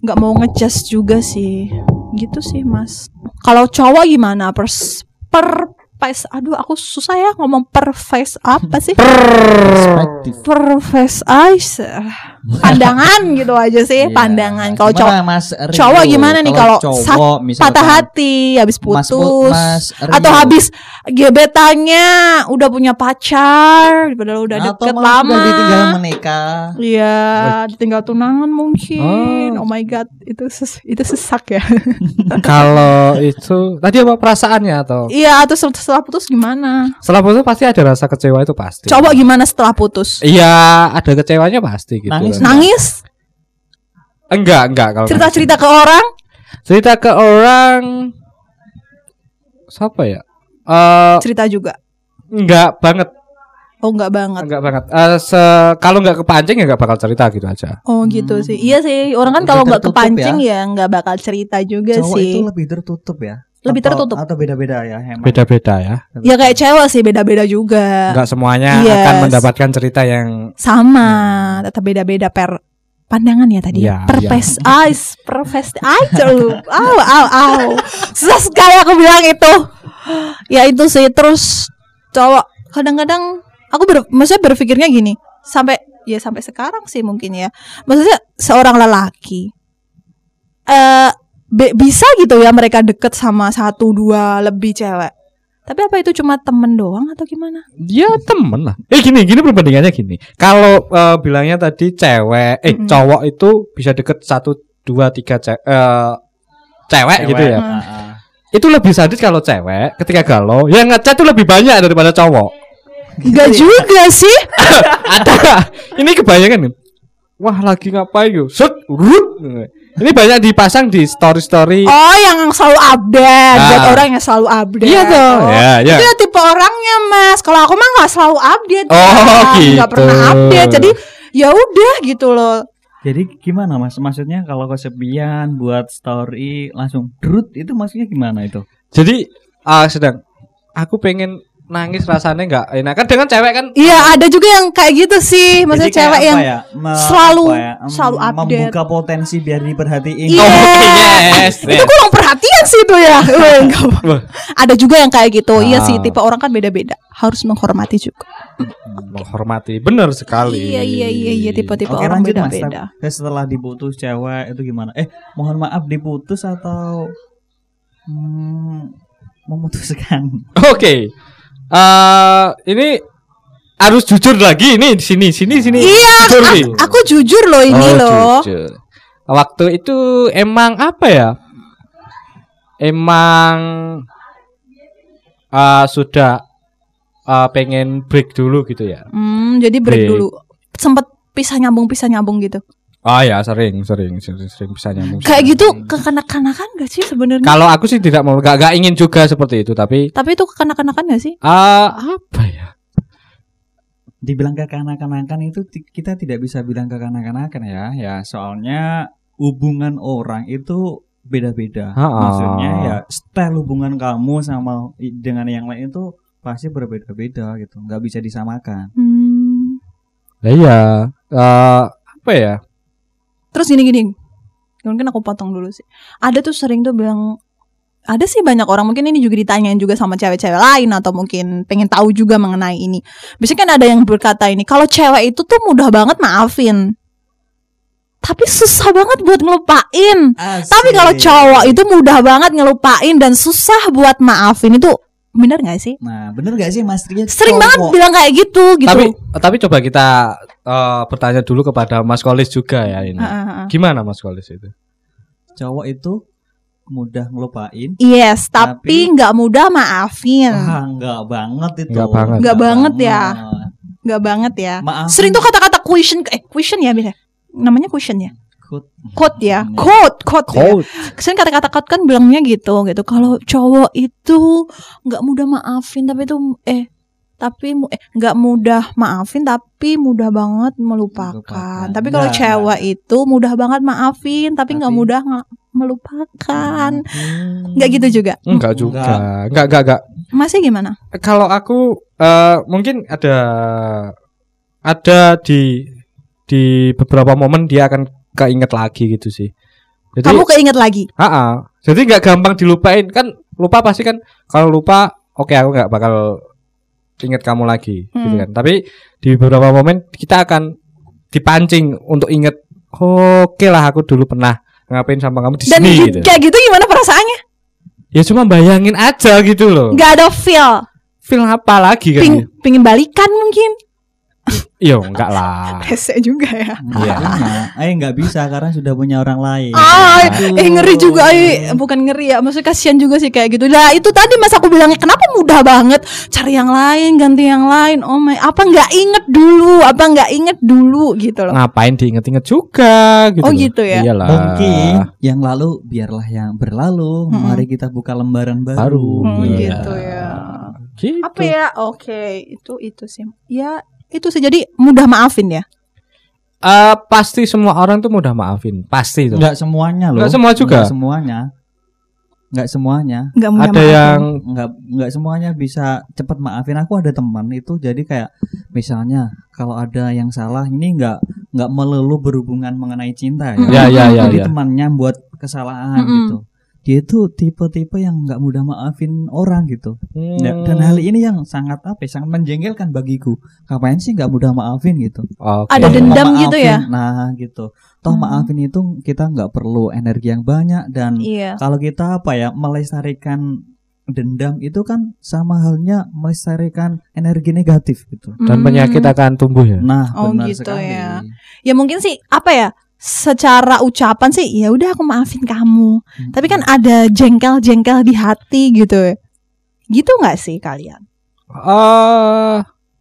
nggak mau ngejudge juga sih. Gitu sih, Mas. Kalau cowok gimana? Pers per face, aduh aku susah ya ngomong per face apa sih? Perspektif. Per face eyes. Pandangan gitu aja sih, Iya. pandangan. Kalau Gimana, cowok Mas Rio? cowok gimana nih kalau cowok, sak- misalkan patah hati, habis Mas Pu- putus, Mas Rio. atau habis gebetannya udah punya pacar, padahal udah atau deket malah lama. sudah ditinggal menikah. Iya, ditinggal tunangan mungkin. Oh. Oh, my god, itu ses- itu sesak ya. Kalau itu tadi apa perasaannya atau Iya, atau sel- setelah putus gimana? setelah putus pasti ada rasa kecewa itu pasti. Coba gimana setelah putus? Iya, ada kecewanya pasti gitu. Nangis kan. Nangis? Enggak, enggak kalau Cerita-cerita ke orang? cerita ke orang siapa ya? Eh Cerita juga. enggak banget, Oh, enggak banget. enggak banget. Eh se- kalau enggak kepancing ya enggak bakal cerita gitu aja. Oh, gitu sih. Iya sih, orang kan Lebih kalau nggak tertutup kepancing ya nggak bakal cerita juga Cowok sih. itu lebih tertutup ya. Lebih Atau- tertutup. Atau beda-beda ya emang. Beda-beda ya. Ya kayak cewek sih beda-beda juga. Enggak semuanya Yes. akan mendapatkan cerita yang Sama, tetap beda-beda per pandangan ya tadi. Ya, per ya. face eyes, per face eyes lu. Au, au, au. Susah sekali aku bilang itu. Ya itu sih, terus cowok kadang-kadang aku ber, maksudnya berpikirnya gini, sampai ya sampai sekarang sih mungkin ya. Maksudnya seorang lelaki eh be- bisa gitu ya mereka deket sama satu dua lebih cewek. Tapi apa itu cuma temen doang atau gimana? ya temen lah. Eh gini, gini perbandingannya gini. Kalau eh, bilangnya tadi cewek, eh Mm-mm. cowok itu bisa deket satu, dua, tiga ce- eh, cewek, gitu ya. Hmm. Ah, ah. Itu lebih sadis kalau cewek ketika galau, yang ngechat tuh lebih banyak daripada cowok. Enggak juga sih. Ada. Ini kebanyakan nih. Wah lagi ngapain yuk? Set, rut. Ini banyak dipasang di story-story. Oh, yang selalu update, buat Ah. orang yang selalu update. Iya tuh. Oh, Ya, ya. Itu ya tipe orangnya, Mas. Kalau aku mah nggak selalu update. Oh, Kak. gitu. Nggak pernah update. Jadi ya udah gitu loh. Jadi gimana Mas? Maksudnya kalau kesepian buat story langsung drut itu maksudnya gimana itu? Jadi ah sedang aku pengen nangis rasanya nggak enak kan dengan cewek kan. Iya, ada juga yang kayak gitu sih. Maksudnya Jadi kayak cewek apa yang ya? Me- selalu- apa ya? Em, selalu update. membuka potensi biar diperhatiin. Iya. Oh, yes, itu yes. kurang perhatian sih itu ya. Weh, nggak apa. Wah. Ada juga yang kayak gitu. Iya Ah. sih, tipe orang kan beda-beda. Harus menghormati juga. Menghormati, benar sekali. Iya, iya, iya, iya. Tipe-tipe Oke orang lanjut Mas. beda-beda. Tapi setelah diputus cewek itu gimana? Eh mohon maaf diputus atau hmm, memutuskan? Oke. Eh ini harus jujur lagi ini di sini sini sini. Iya, Jujur nih. aku, aku jujur loh ini Oh, loh. jujur. Waktu itu emang apa ya? Emang eh, sudah eh, pengen break dulu gitu ya. Hmm, jadi break Break. dulu. Sempet pisah nyambung pisah nyambung gitu. Oh ya sering sering sering, sering bisa nyambung. Kayak gitu kekanak-kanakan gak sih sebenarnya? Kalau aku sih tidak mau, gak, gak ingin juga seperti itu, tapi Tapi itu kekanak-kanakan gak sih? ah apa ya? Dibilang kekanak-kanakan itu ti- kita tidak bisa bilang kekanak-kanakan ya. Ya soalnya hubungan orang itu beda-beda. Ha-ha. Maksudnya ya style hubungan kamu sama i- dengan yang lain itu pasti berbeda-beda gitu. Nggak bisa disamakan. Hmm. Lah iya, eh, apa ya? Terus gini-gini. Mungkin aku potong dulu sih. Ada tuh sering tuh bilang, ada sih banyak orang, mungkin ini juga ditanyain juga sama cewek-cewek lain atau mungkin pengen tahu juga mengenai ini. Biasanya kan ada yang berkata ini, kalau cewek itu tuh mudah banget maafin, tapi susah banget buat ngelupain. Tapi kalau cowok itu mudah banget ngelupain dan susah buat maafin, itu bener gak sih? Nah, bener gak sih Mas Ria? Sering banget cowok- bilang kayak gitu gitu. Tapi tapi coba kita eh, bertanya dulu kepada Mas Kolis juga ya ini. Ah, ah, ah. Gimana Mas Kolis itu? cowok itu mudah ngelupain. Yes, tapi Tapi- nggak mudah maafin. Ah, enggak banget itu. Nggak banget. Nggak banget ya. banget. Nggak banget ya. Maafin. Sering tuh kata-kata question, eh question ya biasanya. Namanya question ya. Quote. Quote ya. Hmm. Quote, quote. ya. Cold. Sering kata-kata quote kan bilangnya gitu, gitu. Kalau cowok itu nggak mudah maafin, tapi itu eh tapi mu- eh nggak mudah maafin, tapi mudah banget melupakan. Melupakan. Tapi kalau Nah. cewek itu mudah banget maafin, tapi nggak Tapi- mudah nggak melupakan. Hmm. Nggak gitu juga. Enggak juga. Enggak, enggak, enggak. Masih gimana? Kalau aku eh, mungkin ada ada di di beberapa momen dia akan keinget lagi gitu sih. Jadi Kamu keinget lagi. ha-ha. Jadi nggak gampang dilupain kan. Lupa pasti kan kalau lupa oke okay, aku nggak bakal inget kamu lagi Hmm. gitu kan. Tapi di beberapa momen kita akan dipancing untuk inget oke okay lah aku dulu pernah ngapain sama kamu di Dan sini gi- gitu. kayak gitu gimana perasaannya? Ya cuma bayangin aja gitu loh. Gak ada feel. Film apa lagi kan? Ping, pingin balikan mungkin. Iya enggak lah. Rese juga ya. Iya. Eh nggak bisa karena sudah punya orang lain. Ah, Aduh. eh ngeri juga, eh bukan ngeri ya, maksudnya kasihan juga sih kayak gitu. Nah itu tadi mas aku bilangnya kenapa mudah banget cari yang lain, ganti yang lain. Oh my, apa nggak inget dulu, apa nggak inget dulu gitu loh. Ngapain diinget-inget juga gitu. Oh loh. gitu ya? Iyalah. Mungkin yang lalu biarlah yang berlalu. Mm-mm. Mari kita buka lembaran baru. Baru. Oh Iya. gitu ya. Gitu. Apa ya? Oke, itu itu sih. Ya itu sih, jadi mudah maafin ya. Eh, pasti semua orang tuh mudah maafin, pasti itu. Enggak semuanya loh. Nggak semua juga? Nggak semuanya. Enggak semuanya. Nggak mudah Ada maafin. yang Enggak enggak semuanya bisa cepat maafin. Aku ada teman itu jadi kayak misalnya kalau ada yang salah ini enggak enggak melulu berhubungan mengenai cinta ya ya. ya ya Jadi ya. temannya buat kesalahan Mm-mm. gitu. Dia itu tipe-tipe yang nggak mudah maafin orang gitu. Hmm. Ya, dan hal ini yang sangat apa ya, sangat menjengkelkan bagiku. Ngapain sih nggak mudah maafin gitu? Oke. Ada Toh dendam maafin, gitu ya? Nah gitu. Toh Hmm. maafin itu kita nggak perlu energi yang banyak dan Iya. kalau kita apa ya melestarikan dendam itu kan sama halnya melestarikan energi negatif gitu. Dan penyakit Hmm. akan tumbuh ya. Nah Oh, benar gitu sekali. ya. Ya mungkin sih apa ya? Secara ucapan sih ya udah aku maafin kamu. Hmm. Tapi kan ada jengkel-jengkel di hati gitu. Gitu nggak sih kalian? Eh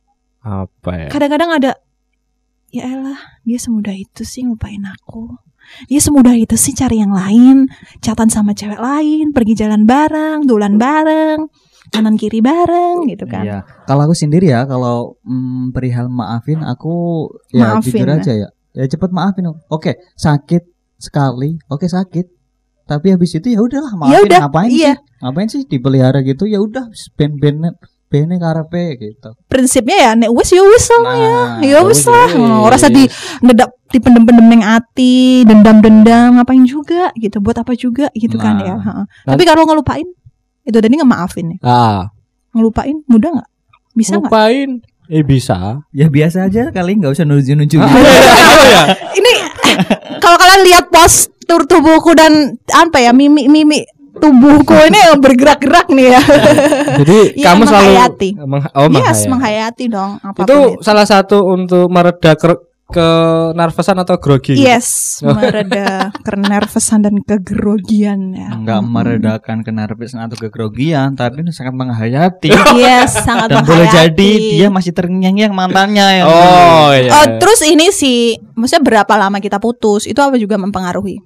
apa ya? Kadang-kadang ada, ya elah dia semudah itu sih ngupain aku. Dia semudah itu sih cari yang lain, chatan sama cewek lain, pergi jalan bareng, dolan bareng, kanan kiri bareng gitu kan. Iya. Kalau aku sendiri ya, kalau mm, perihal maafin, aku ya Maafin, jujur ya. aja ya, ya cepet maafin. Oke, sakit sekali, oke sakit. Tapi habis itu ya udahlah maafin. Ya udah, ngapain iya. sih? Ngapain sih dipelihara gitu? Ya udah, ben ben bene karepe gitu. Prinsipnya ya nek wis ya wis lah ya. Nah, Ya wis lah. wis. Oh, rasa di nedap dipendem-pendem ning ati, dendam-dendam ngapain juga gitu. Buat apa juga gitu kan Nah. ya. Heeh. Tapi kalau ngelupain itu tadi ngemaafin ya. Ah, Ngelupain mudah nggak? Bisa nggak? lupain. Eh bisa. Ya biasa aja kali, nggak usah nunjuk-nunjuk. Oh ya. Ini kalau kalian lihat postur tubuhku dan apa ya mimik-mimik tubuhku ini bergerak-gerak nih ya. Jadi Iya, kamu selalu menghayati. meng- oh, Yes, menghayati. menghayati dong apapun Itu itu. salah satu untuk mereda ke, ke nervousan atau grogi. Yes, mereda kenervesan dan kegerogian ya. Enggak meredakan kenervesan atau kegrogian, tapi sangat menghayati. Yes, sangat Dan boleh menghayati. jadi dia masih terngiang-ngiang mantannya yang Oh iya. Oh, terus ini sih, maksudnya berapa lama kita putus? Itu apa juga mempengaruhi?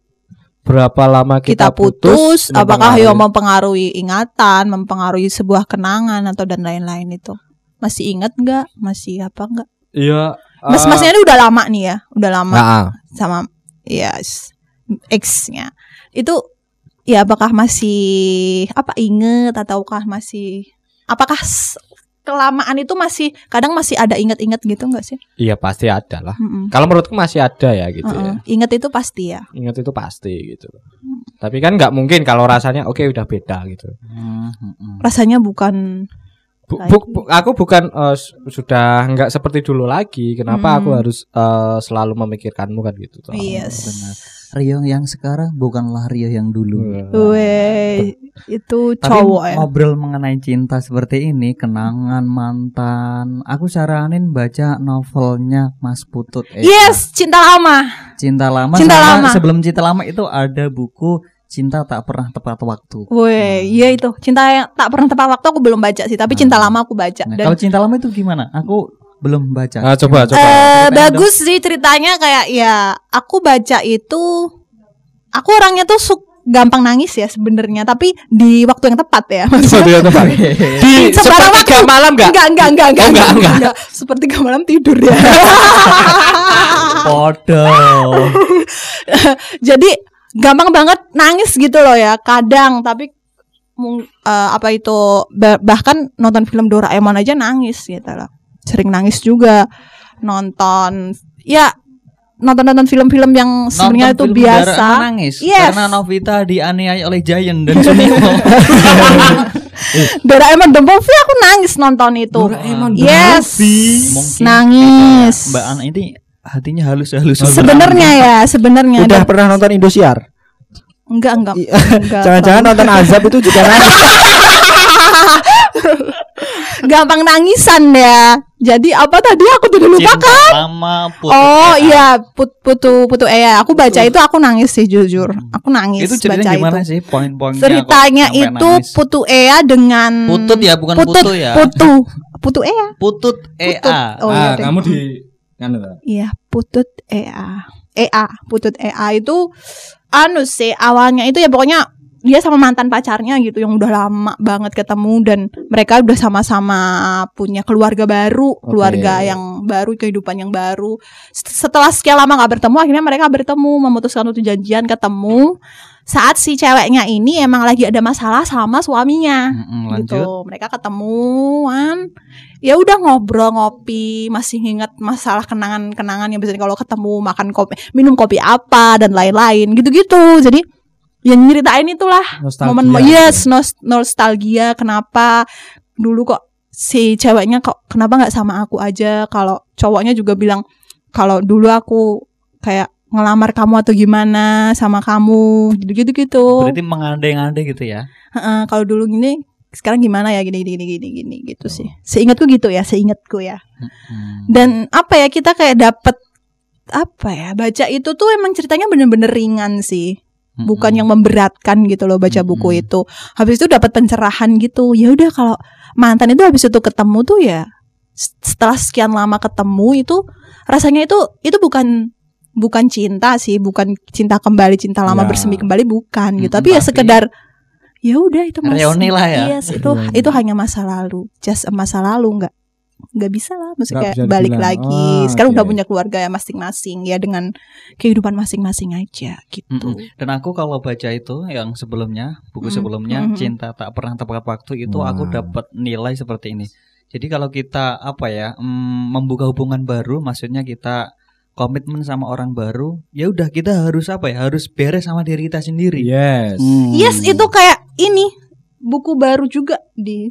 Berapa lama kita, Kita, putus, apakah mempengaruhi. yang mempengaruhi ingatan, mempengaruhi sebuah kenangan atau dan lain-lain itu? Masih ingat nggak? Masih apa nggak? Iya. Mas ah, masnya ini udah lama nih ya, udah lama ah, ah. sama yes ex-nya. Itu ya apakah masih apa inget ataukah masih apakah s- kelamaan itu masih kadang masih ada inget-inget gitu nggak sih? Iya pasti ada lah. Mm-mm. Kalau menurutku masih ada ya gitu ya. Uh-uh. Ingat itu pasti ya. Ingat itu pasti gitu. Tapi kan nggak mungkin kalau rasanya oke udah beda gitu. Hmm, hmm, hmm. Rasanya bukan Bu, Lagi. bu- bu- aku bukan eh, s- sudah nggak seperti dulu lagi. Kenapa Hmm. aku harus eh, selalu memikirkanmu kan gitu? toh. yes. benar. Rio yang sekarang bukanlah Rio yang dulu. Iya. Weh, itu Tapi cowok ya. ngobrol mengenai cinta seperti ini, kenangan mantan, aku saranin baca novelnya Mas Putut. Eka. Yes, cinta lama. Cinta lama. Cinta sama lama. Sebelum cinta lama itu ada buku Cinta Tak Pernah Tepat Waktu. Weh, iya itu. Cinta yang tak pernah tepat waktu aku belum baca sih, tapi Nah. cinta lama aku baca. Nah, Dan kalau cinta lama itu gimana? Aku belum baca. Ah, coba, coba. Eh, Ceritanya bagus sih ceritanya kayak ya aku baca itu aku orangnya tuh suk gampang nangis ya sebenarnya tapi di waktu yang tepat ya Seperti itu, Pak. Di Sebarang sepertiga waktu. malam nggak? enggak enggak enggak enggak, Oh, enggak, enggak, enggak. sepertiga malam tidur ya Podo. jadi gampang banget nangis gitu loh ya kadang tapi mung- eh, apa itu ba- bahkan nonton film Doraemon aja nangis gitu loh sering nangis juga nonton ya nonton-nonton film-film yang sebenarnya itu film biasa. Dara nangis Yes. karena Novita dianiaya oleh Giant dan Sunio. Doraemon the Movie aku nangis nonton itu. Doraemon the Yes. Mungkin Nangis. beda ya. Mbak Ana ini hatinya halus-halus. Sebenarnya ya, sebenarnya. Udah Dan- pernah nonton Indosiar? enggak enggak. Iya. enggak Jangan-jangan nonton Azab itu juga nangis. gampang nangisan ya. Jadi apa tadi aku tidak lupa Cinta kan? Lama Putut Oh Ea. iya, put, putu putu Ea. Aku baca itu aku nangis sih jujur. Aku nangis Itu baca ceritanya gimana itu. sih poin-poinnya? kok Ceritanya sampai itu nangis? putu Ea dengan Putut ya, bukan putut, putu ya. Putu, putu Ea. Putut E Putut. A. Oh ah, iya, deh. kamu di kan Iya, putut Ea. Ea, putut Ea itu anu sih awalnya itu ya pokoknya dia sama mantan pacarnya gitu yang udah lama banget ketemu dan mereka udah sama-sama punya keluarga baru, keluarga yang baru, kehidupan yang baru. Setelah sekian lama nggak bertemu, akhirnya mereka bertemu, memutuskan untuk janjian ketemu. Saat si ceweknya ini emang lagi ada masalah sama suaminya. Mm-mm, lanjut. Gitu. Mereka ketemuan. Ya udah ngobrol ngopi, masih ingat masalah kenangan-kenangan yang biasanya kalau ketemu makan kopi, minum kopi apa dan lain-lain gitu-gitu. Jadi yang nyeritain itulah Nostalgia. momen yes nos- nostalgia kenapa dulu kok si ceweknya kok kenapa nggak sama aku aja, kalau cowoknya juga bilang kalau dulu aku kayak ngelamar kamu atau gimana sama kamu gitu-gitu gitu. Berarti mengandai-andai gitu ya. Heeh, kalau dulu gini sekarang gimana ya gini gini gini gini, gini gitu sih. Seingatku gitu ya, seingatku ya. Hmm. Dan apa ya kita kayak dapet apa ya baca itu tuh emang ceritanya bener-bener ringan sih. Bukan yang memberatkan gitu loh baca buku Mm-mm. itu. Habis itu dapat pencerahan gitu. Ya udah kalau mantan itu habis itu ketemu tuh ya setelah sekian lama ketemu itu rasanya itu itu bukan bukan cinta sih, bukan cinta kembali, cinta lama Ya. bersemi kembali bukan gitu. Mm-mm, Tapi ya tapi- sekedar ya udah itu mas. Reuni lah ya. Yes, itu Reuni. itu hanya masa lalu. Just a masa lalu nggak nggak bisa lah maksudnya Nggak kayak bisa balik dibilang. lagi. Oh, Sekarang oke. udah punya keluarga ya masing-masing ya dengan kehidupan masing-masing aja gitu. Mm-mm. Dan aku kalau baca itu yang sebelumnya, buku Mm. sebelumnya Mm-mm. Cinta Tak Pernah Tepat Waktu itu Wah. aku dapat nilai seperti ini. Jadi kalau kita apa ya mm, membuka hubungan baru, maksudnya kita komitmen sama orang baru, ya udah kita harus apa ya harus beres sama diri kita sendiri. Yes. Hmm. Yes, itu kayak ini buku baru juga di.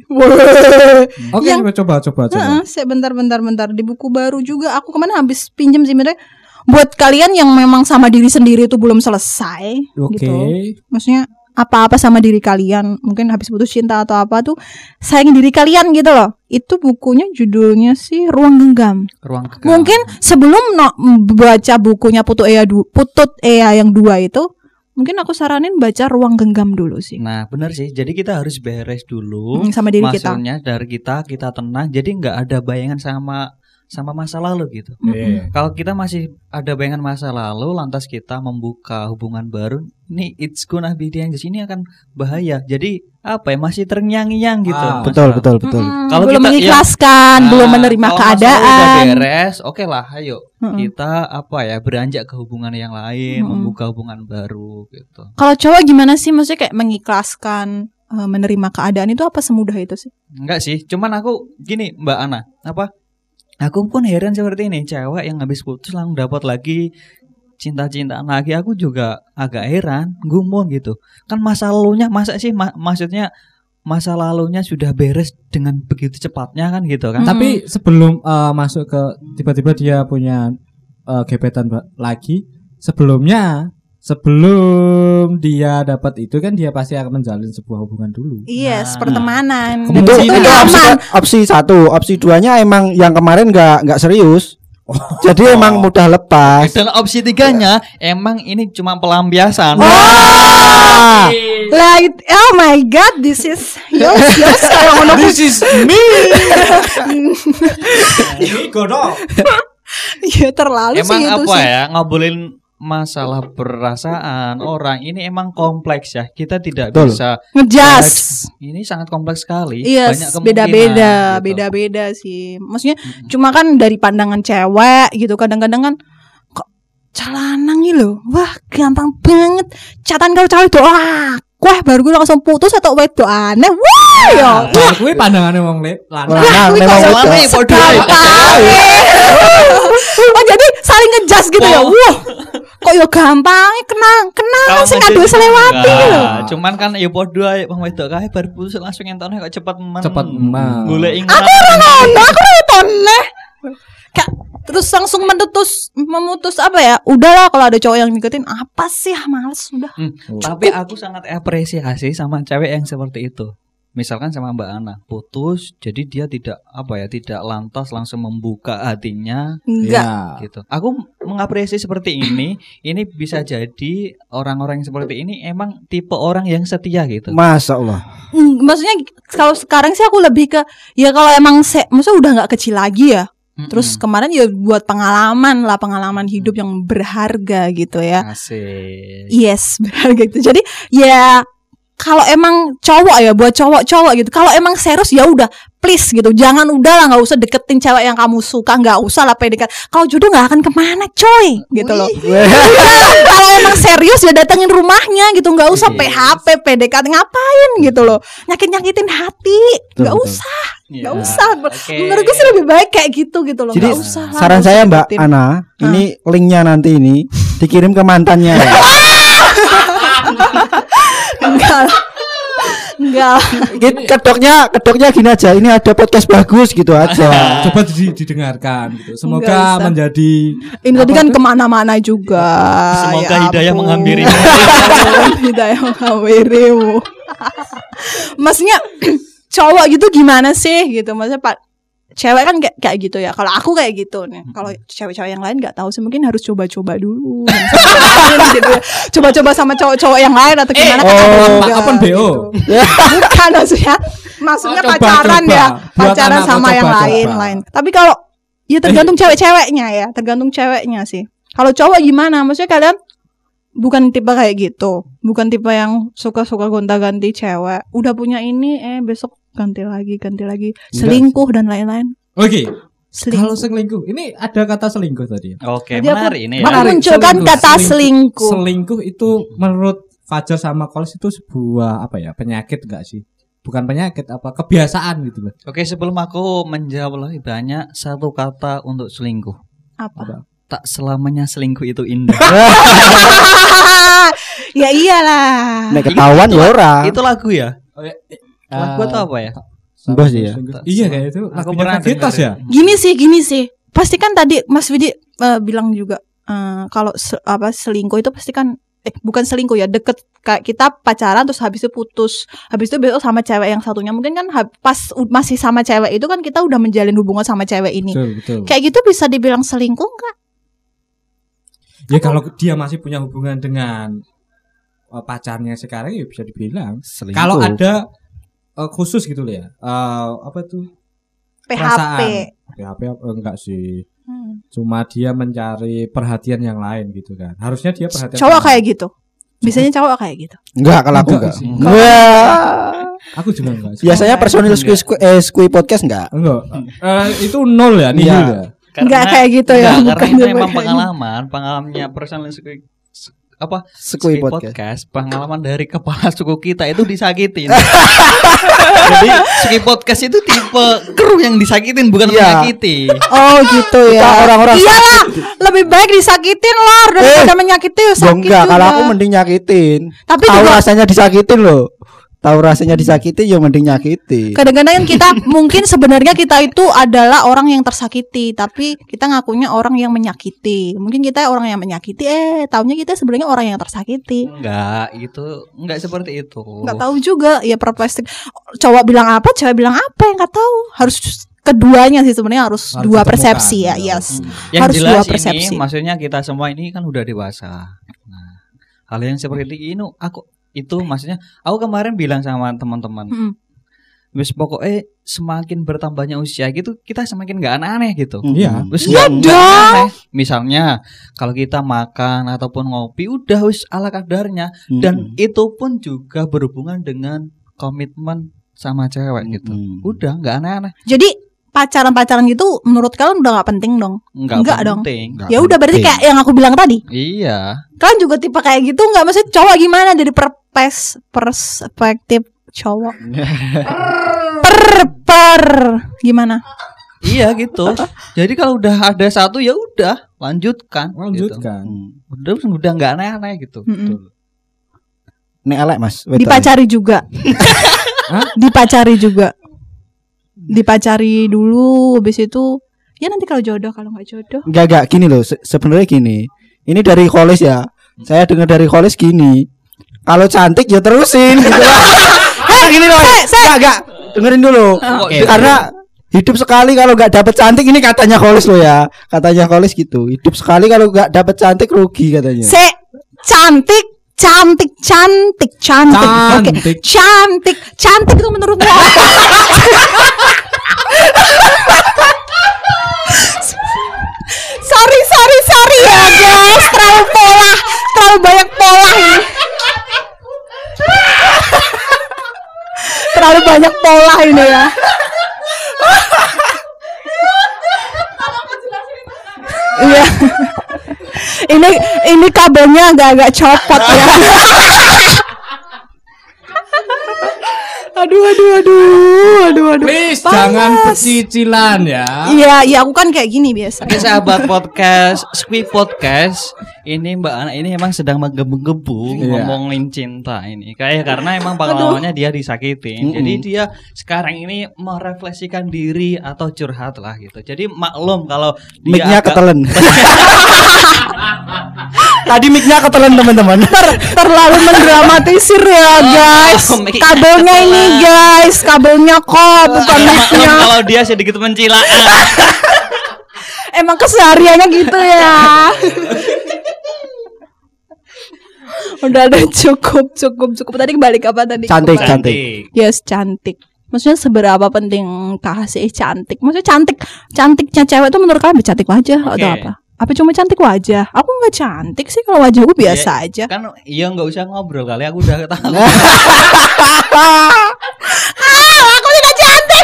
Oke, Yang- coba coba coba. Heeh, saya bentar bentar bentar di buku baru juga. Aku kemarin habis pinjam sih sebenarnya. Buat kalian yang memang sama diri sendiri itu belum selesai, Oke. gitu. Maksudnya apa-apa sama diri kalian, mungkin habis putus cinta atau apa tuh sayang diri kalian gitu loh. Itu bukunya judulnya sih Ruang Genggam. Ruang Gegam. Mungkin sebelum no, baca bukunya Putu Ea du, Putut Ea yang dua itu, mungkin aku saranin baca Ruang Genggam dulu sih. Nah benar sih. Jadi kita harus beres dulu. Hmm, sama diri kita. Maksudnya dari kita kita tenang. Jadi nggak ada bayangan sama sama masa lalu gitu. Iya. Kalau kita masih ada bayangan masa lalu, lantas kita membuka hubungan baru, ini it's gonna be dangerous, ini akan bahaya. Jadi apa ya masih terngiang-ngiang gitu. Ah, Betul, betul, betul. Mm-mm, Kalau belum kita- mengikhlaskan, Nah, belum menerima kalau masalah keadaan. udah beres, oke lah, ayo Mm-mm. kita apa ya beranjak ke hubungan yang lain, Mm-mm. membuka hubungan baru gitu. Kalau cowok gimana sih, maksudnya kayak mengikhlaskan, eh, menerima keadaan itu apa semudah itu sih? Enggak sih, cuman aku gini Mbak Ana, apa? Aku pun heran seperti ini, cewek yang habis putus langsung dapat lagi cinta-cintaan lagi, aku juga agak heran, gumun gitu. Kan masa lalunya masa sih ma- maksudnya masa lalunya sudah beres dengan begitu cepatnya kan gitu kan. Hmm. Tapi sebelum eh, masuk ke tiba-tiba dia punya eh, gebetan ba- lagi, sebelumnya sebelum dia dapat itu kan dia pasti akan menjalin sebuah hubungan dulu. Yes, Nah. pertemanan. Itu- Dan Itu, itu itu opsi, nyaman. opsi satu, opsi duanya emang yang kemarin nggak nggak serius. Jadi emang mudah lepas. Dan opsi tiganya emang ini cuma pelampiasan. Ah, Lah, it- oh my god, this is yos yos kalau ngono. This is me. Ini godok. Ya terlalu Emang sih itu apa sih. ya ngobrolin masalah perasaan orang ini emang kompleks ya. Kita tidak Betul. bisa Ngejas. ini sangat kompleks sekali. Iya, Banyak kemungkinan, beda-beda, gitu. beda-beda sih. Maksudnya cuma kan dari pandangan cewek gitu, kadang-kadang kan kok celana nih loh. Wah, gampang banget. Catatan kalau cewek itu wah, wah baru gue langsung putus atau wedok aneh. Wah, ya. Nah, kuwi pandangane wong le- lanang. Nah, Wih, memang kok betul. segampang. Oh, Jadi saling ngejudge gitu ya. Wah. Kok yo gampang kenang kenang sing aduh selewati lho. Cuman kan ya padha ae wong wedok kae bar putus langsung entone kok cepet men. Cepet men. Golek Aku ora ngono, aku ora etone. Kayak terus langsung memutus memutus apa ya? Udahlah kalau ada cowok yang ngikutin apa sih? Ah, males udah. Hmm, tapi aku sangat apresiasi sama cewek yang seperti itu. Misalkan sama Mbak Ana putus, jadi dia tidak apa ya, tidak lantas langsung membuka hatinya, Enggak. Ya. gitu. Aku mengapresiasi seperti ini. Ini bisa jadi orang-orang yang seperti ini emang tipe orang yang setia gitu. Masya Allah. Mm, Maksudnya kalau sekarang sih aku lebih ke ya kalau emang se maksudnya udah nggak kecil lagi ya. Mm-mm. Terus kemarin ya buat pengalaman lah, pengalaman hidup yang berharga gitu ya. Asik. Yes, berharga gitu. Jadi ya kalau emang cowok ya buat cowok-cowok gitu. Kalau emang serius ya udah please gitu. Jangan udah lah nggak usah deketin cewek yang kamu suka, nggak usah lah P D K T. Kalau jodoh nggak akan kemana coy, gitu loh. Kalau emang serius ya datengin rumahnya gitu, nggak usah P H P, P D K T ngapain gitu loh. Nyakit-nyakitin hati, nggak usah, nggak Ya, usah. oke. Menurutku sih lebih baik kayak gitu gitu loh. Jadi Nggak usah lah, saran nggak usah saya Mbak deketin. Ana, ini linknya nanti ini dikirim ke mantannya ya. Enggak. Enggak. Gitu, kedoknya kedoknya gini aja, ini ada podcast bagus gitu aja. Coba di- didengarkan gitu. Nggak Semoga usah. menjadi Ini tadi apa kan tuh? kemana-mana juga. Semoga Ya hidayah ampun. menghampiri. Hidayah menghampirimu. Maksudnya cowok gitu gimana sih gitu? Maksudnya Pak cewek kan kayak kayak gitu ya. Kalau aku kayak gitu nih. Kalau cewek-cewek yang lain nggak tahu sih, mungkin harus coba-coba dulu. Gitu ya. Coba-coba sama cowok-cowok yang lain atau gimana? kan oh, ada juga, open B O. gitu. Bukan maksudnya. Maksudnya Oh, coba, pacaran coba. ya. Buat Pacaran anak, sama coba, yang coba. lain-lain. Tapi kalau ya tergantung cewek-ceweknya ya, tergantung ceweknya sih. Kalau cowok gimana? Maksudnya kalian bukan tipe kayak gitu, bukan tipe yang suka-suka gonta-ganti cewek. Udah punya ini, eh besok ganti lagi, ganti lagi, selingkuh dan lain-lain. Oke. Selingkuh. Kalau selingkuh, ini ada kata selingkuh tadi. Oke, Tadi aku- menarik ini ya. Mana- Menarik, munculkan kata selingkuh. Selingkuh itu menurut Fajar sama Kols itu sebuah apa ya? Penyakit enggak sih? Bukan penyakit, apa kebiasaan gitu loh. Oke, sebelum aku menjawab lebih banyak, satu kata untuk selingkuh. Apa? Tak selamanya selingkuh itu indah. Ya iyalah. Nek ketahuan ya ora. Itu lagu ya? Eh, Lagu atau apa ya? Mbah sih ya. selingkuh. Iya kayak itu. Aku Lagunya pernah Vagittas dengar. ya. Gini sih, gini sih. Pasti kan tadi Mas Widi eh, bilang juga eh, kalau se- apa selingkuh itu pasti kan eh bukan selingkuh ya, deket kayak kita pacaran terus habis itu putus, habis itu besok sama cewek yang satunya mungkin kan hab- pas u- masih sama cewek itu kan kita udah menjalin hubungan sama cewek ini. Betul, betul. Kayak gitu bisa dibilang selingkuh enggak? Ya kalau dia masih punya hubungan dengan uh, pacarnya sekarang ya bisa dibilang. Selingkuh. Kalau ada uh, khusus gitu loh ya. Uh, apa tuh? P H P. Perasaan. P H P apa enggak sih? Hmm. Cuma dia mencari perhatian yang lain gitu kan. Harusnya dia perhatian. Cowok sama- kayak gitu. Biasanya cowok kayak gitu. Enggak, kalau aku Enggak enggak. sih. Wah. Aku juga enggak sih. Biasanya Enggak. personil skui skui, eh, skui podcast enggak. Enggak. Eh, itu nol ya, nihil Iya. ya. Enggak kayak gitu ya, Enggak, bukan karena itu juga emang kayak pengalaman, pengalamannya personal skui- s- apa? Skui Skui podcast. podcast, pengalaman dari kepala suku kita itu disakitin. Jadi skui podcast itu tipe kru yang disakitin bukan Iya. menyakiti. Oh gitu ya. Kita orang-orang Iyalah, lebih baik disakitin loh daripada menyakiti ya Ya sakit enggak, kalau juga. aku mending nyakitin. Tapi Tahu juga rasanya disakitin loh. Tahu rasanya disakitin ya mending nyakiti. kadang-kadang kan kita mungkin sebenarnya kita itu adalah orang yang tersakiti, tapi kita ngakunya orang yang menyakiti. Mungkin kita orang yang menyakiti, eh taunya kita sebenarnya orang yang tersakiti. Enggak, itu enggak seperti itu. Nggak tahu juga, ya perpestik. Cowok bilang apa, cewek bilang apa, yang nggak tahu. Harus keduanya sih sebenarnya harus, Harus dua ditemukan, persepsi ya, ya. yes. Yang Harus jelas dua persepsi. ini maksudnya kita semua ini kan udah dewasa. Nah, hal yang seperti ini aku itu maksudnya aku kemarin bilang sama teman-teman, Mm. wis pokoknya semakin bertambahnya usia gitu kita semakin nggak aneh-aneh gitu. Iya. Wis Iya nggak- nggak aneh. Misalnya kalau kita makan ataupun ngopi udah wis ala kadarnya dan itu pun juga berhubungan dengan komitmen sama cewek gitu. Mm. Udah nggak aneh-aneh. Jadi pacaran-pacaran gitu menurut kalian udah nggak penting dong? Nggak Enggak dong. penting. Nggak Ya udah berarti penting. kayak yang aku bilang tadi. Iya. Kalian juga tipe kayak gitu nggak? Maksudnya cowok gimana dari perpes perspektif cowok? per per gimana? Iya gitu. Jadi kalau udah ada satu ya udah lanjutkan. Lanjutkan. Gitu. Udah udah nggak aneh-aneh gitu. Mm-mm. Nek elek Mas. wedok. Dipacari juga. Hah? Dipacari juga. Dipacari dulu, habis itu ya nanti kalau jodoh, kalau nggak jodoh. Enggak enggak gini loh. Se- sebenarnya gini. Ini dari Kholis ya. Saya dengar dari Kholis gini. Kalau cantik ya terusin gitu lah. Nah, gini loh. Enggak enggak. Dengerin dulu. Oke. Karena hidup sekali kalau nggak dapet cantik, ini katanya Kholis loh ya. Katanya Kholis gitu. Hidup sekali kalau nggak dapet cantik rugi katanya. Se cantik, cantik, cantik, cantik. Oke, Cantik. cantik, cantik itu menurutmu apa? sorry, sorry, sorry ya guys, terlalu pola, terlalu banyak pola ini. Terlalu banyak pola ini ya. Iya. Ini ini kabelnya agak-agak copot ya. Aduh aduh aduh aduh aduh. Please Panas. jangan pecicilan ya. Iya, iya aku kan kayak gini biasa. Oke sahabat podcast, Squid Podcast. Ini Mbak Ana ini emang sedang menggebu-gebu Iya. ngomongin cinta ini. Kayak karena emang pengalamannya dia disakitin. Mm-mm. Jadi dia sekarang ini merefleksikan diri atau curhat lah gitu. Jadi maklum kalau dia Mic-nya agak- ketelen. Tadi mic-nya ketelen teman-teman. Ter- terlalu mendramatisir ya guys. Oh, mic- Kabelnya ini guys, kabelnya kok bukan Maklum mic-nya. kalau dia sedikit mencilaan. Emang kesehariannya gitu ya. Udah ada cukup cukup cukup. Tadi balik apa tadi? Cantik, Kembali. cantik. Yes, cantik. Maksudnya seberapa penting kasih cantik? Maksudnya cantik, cantiknya cewek itu menurut kalian lebih cantik wajah Oke. atau apa? Apa cuma cantik wajah? Aku nggak cantik sih, kalau wajahku biasa aja. Kan iya nggak usah ngobrol kali aku udah tahu. Ah, aku tidak cantik.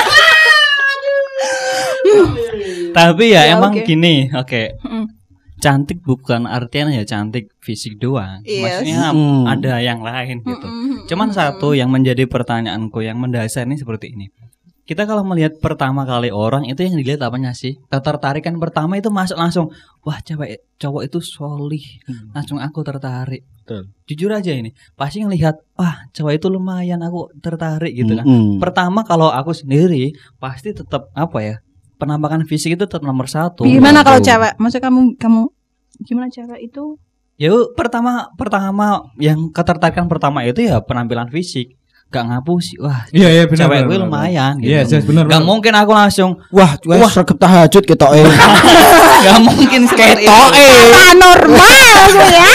Tapi ya, Ya, emang oke. gini, oke. Mm. Cantik bukan artinya ya cantik fisik doang. Yes. Maksudnya Mm. ada yang lain gitu. Mm-mm. Cuman satu yang menjadi pertanyaanku yang mendasar ini seperti ini. Kita kalau melihat pertama kali orang itu yang dilihat apanya sih? Ketertarikan pertama itu masuk langsung, wah cewek cowok itu solih, langsung aku tertarik. Betul. Jujur aja ini, pasti ngelihat, wah cowok itu lumayan aku tertarik gitu kan. Mm-mm. Pertama kalau aku sendiri pasti tetap apa ya? Penampakan fisik itu tetap nomor satu. Gimana kalau Waduh. cewek? Maksudnya kamu kamu gimana cewek itu? Ya pertama pertama yang ketertarikan pertama itu ya penampilan fisik. Gak ngapus, wah Iya iya benar. cewek benar, gue benar. lumayan gitu. Iya, yes, benar. Gak benar. mungkin aku langsung, Wah, wah, sregep tahajud ketok eh. gak mungkin seperti itu. Ketok eh. Ah, normal aku ya.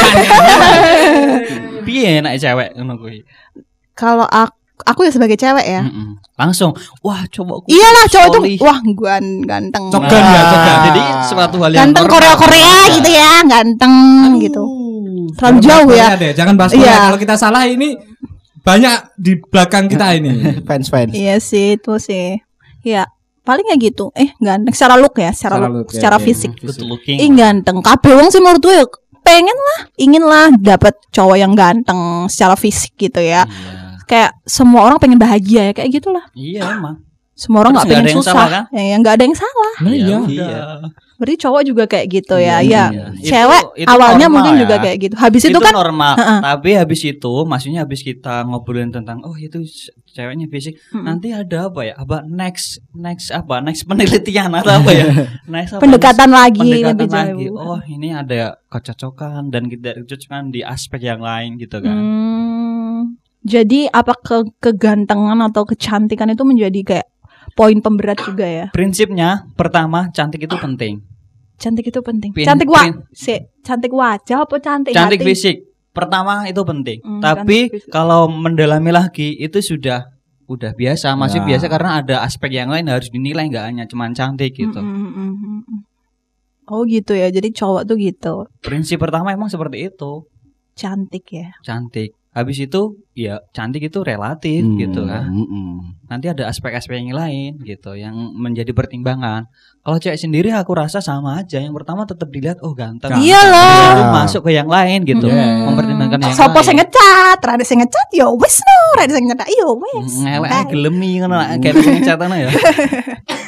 Piye nek cewek ngono kuwi. Kalau aku aku ya sebagai cewek ya. Mm-mm. Langsung, wah cowokku. Iyalah cowok solih. itu wah guan ganteng. Cogan ya, cogan. Jadi suatu hal yang Ganteng normal. Korea-Korea gitu ya, ganteng gitu. Terlalu Jangan jauh bahas ya. Korea deh, jangan bahas Korea. Iya. Kalau kita salah ini banyak di belakang kita ini. Fans-fans. Iya sih itu sih. Ya paling kayak gitu. Eh ganteng secara look ya, secara, Secara look, look, ya, secara ya. fisik. Good looking. Ih ganteng. Kabeh wong sih menurut gue pengen lah, ingin lah dapat cowok yang ganteng secara fisik gitu ya. Iya. Kayak semua orang pengen bahagia ya, kayak gitulah. Iya emang. Semua orang Terus nggak nggak pengen ada yang susah. salah, kan? Ya nggak ada yang salah. Nah, iya. Iya. Berarti cowok juga kayak gitu ya. Iya, Ya, iya. cewek Itu- itu awalnya normal mungkin ya. juga kayak gitu. Habis itu, Itu kan normal. Heeh. Tapi habis itu, maksudnya habis kita ngobrolin tentang oh itu c- ceweknya fisik, Mm-mm. nanti ada apa ya? Apa next next apa? Next penelitian atau apa ya? Next apa? pendekatan lagi pendekatan lebih lagi. jauh. Oh, ini ada kecocokan dan tidak kecocokan di aspek yang lain gitu kan. Hmm, jadi apa ke kegantengan atau kecantikan itu menjadi kayak poin pemberat juga ya? Prinsipnya pertama cantik itu penting. Cantik itu penting. Pin- cantik wa, pin- si, cantik wajah apa cantik, Cantik hati? fisik pertama itu penting. Hmm, Tapi cantik fisik. kalau mendalami lagi itu sudah udah biasa, masih Ya. biasa karena ada aspek yang lain harus dinilai, nggak hanya cuman cantik gitu. Mm, mm, mm, mm, mm. Oh gitu ya. Jadi cowok tuh gitu. Prinsip pertama emang seperti itu, Cantik ya. cantik. Habis itu ya cantik itu relatif Hmm, gitu kan. mm-mm. Nanti ada aspek-aspek yang lain gitu yang menjadi pertimbangan. Kalau cewek sendiri aku rasa sama aja. Yang pertama tetap dilihat oh ganteng. Ganteng. Iyalah. Baru masuk ke yang lain gitu. Hmm. Mempertimbangkan yang Sopo lain. sing ngecat, rada sing ngecat yo wis no, rada sing nyetak yo wis. Ngelek Bye. gelemi ngono lah kayak sing catane ya.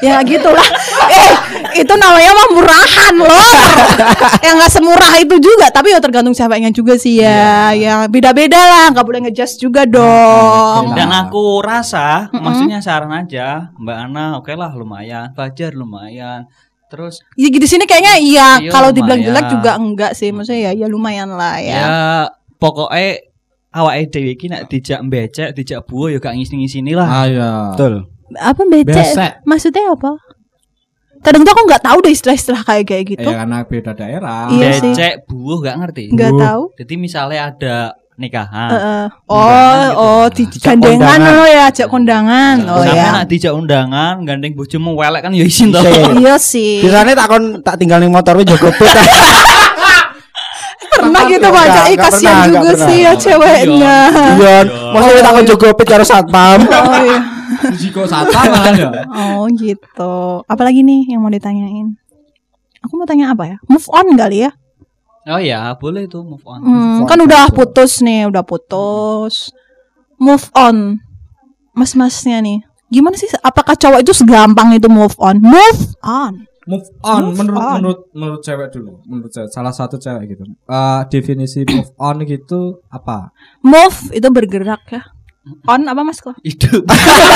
Ya gitulah. Eh, itu namanya mah murahan loh. Yang nggak semurah itu juga, tapi ya tergantung ceweknya juga sih ya. Ya beda-beda lah, nggak boleh ngejudge juga dong. Dan aku rasa, mm-hmm. maksudnya saran aja, Mbak Ana, oke okay lah lumayan, Fajar lumayan. Terus ya di sini kayaknya iya, iya kalau dibilang lumayan. jelek juga enggak sih, maksudnya ya ya lumayan lah ya. Ya pokoknya awake dhewe iki nek dijak becek, dijak buah ya gak ngisi-ngisini lah. Ah iya. Betul. Apa becek? Besek. Maksudnya apa? Kadang tuh aku nggak tahu deh istilah-istilah kayak kayak gitu. Ya karena beda daerah. Iya sih. Becek buah gak ngerti. Nggak Bu. tahu. Jadi misalnya ada nikahan. Uh, oh, Undangan gitu. oh, di gandengan lo ya, ajak kondangan. Oh Sama ya. nak dijak undangan, gandeng bojomu welek kan ya isin toh. Iya sih. Biasanya tak kon tak tinggal ning motor wis jogo pet. Pernah gitu Enggak, baca, enggak eh pernah, kasihan enggak juga pernah. sih ya ceweknya. Iya, maksudnya tak kon jogo pet karo satpam. Oh iya. Jiko satpam malah ya. Oh gitu. Apalagi nih yang mau ditanyain? Aku mau tanya apa ya? Move on kali ya? Oh ya, boleh tuh move on. Hmm, kan udah putus nih, udah putus. Move on. Mas-masnya nih. Gimana sih? Apakah cowok itu segampang itu move on? Move on. Move on Move menurut on. menurut menurut cewek dulu. Menurut cewek, salah satu cewek gitu. Eh, definisi move on gitu apa? Move itu bergerak ya. On apa mas kok? Hidup.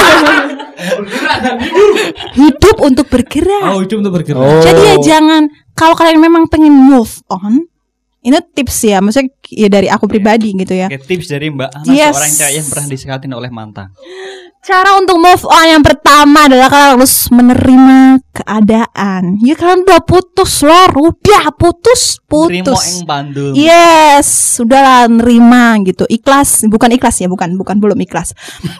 Hidup untuk bergerak. Oh, hidup untuk bergerak. Oh. Jadi ya jangan, kalau kalian memang pengen move on, ini tips ya, maksudnya ya dari aku pribadi gitu ya. Oke, tips dari Mbak Ana, Yes. seorang cewek yang pernah disekatin oleh mantan. Cara untuk move on yang pertama adalah kalian harus menerima keadaan. Ya kalian udah putus loh, udah putus, Terima putus. ing pandul. Yes, sudahlah nerima gitu. Ikhlas, bukan ikhlas ya, bukan, bukan belum ikhlas.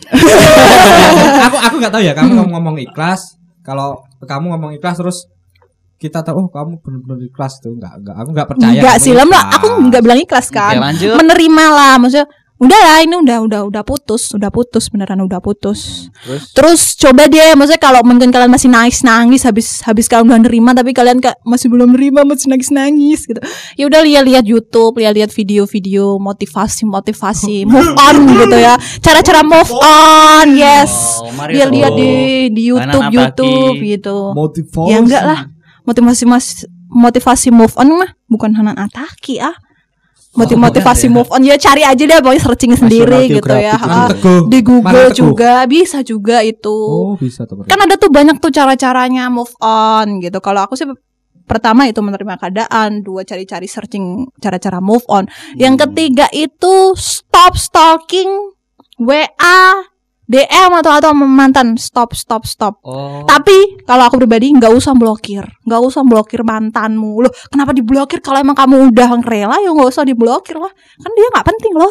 aku aku nggak tahu ya kamu ngomong ikhlas. Kalau kamu ngomong ikhlas terus kita tahu oh kamu benar-benar ikhlas tuh enggak enggak aku enggak percaya. Enggak kamu sih, lem lah. ikhlas. Aku enggak bilang ikhlas kan. Oke, lanjut. Menerima lah, maksudnya udah lah ini udah udah udah putus, udah putus beneran udah putus. Terus Terus coba deh, maksudnya kalau mungkin kalian masih nangis nangis habis habis kalian udah nerima tapi kalian kayak masih belum nerima, masih nangis nangis gitu. Ya udah lihat-lihat YouTube, lihat-lihat video-video motivasi motivasi move on gitu ya. Cara-cara move on, yes. Oh, mari Lihat-lihat tuh. di di YouTube Anak YouTube Ataki. gitu. Motivasi. Ya enggak lah. Motivasi mas motivasi move on mah bukan Hanan Ataki ah. Motiv- motivasi bukan ya. move on ya cari aja deh pokoknya searching sendiri gitu ya. Geographic Ah, Teguh. di Google Mana Teguh? juga bisa juga itu. Oh, bisa tuh. Kan ada tuh banyak tuh cara-caranya move on gitu. Kalau aku sih pertama itu menerima keadaan, dua cari-cari searching cara-cara move on. Yang ketiga itu stop stalking W A, D M atau atau mantan. Stop stop stop. Oh. Tapi kalau aku pribadi nggak usah blokir, nggak usah blokir mantanmu. Loh, kenapa diblokir? Kalau emang kamu udah rela ya nggak usah diblokir lah. Kan dia nggak penting loh.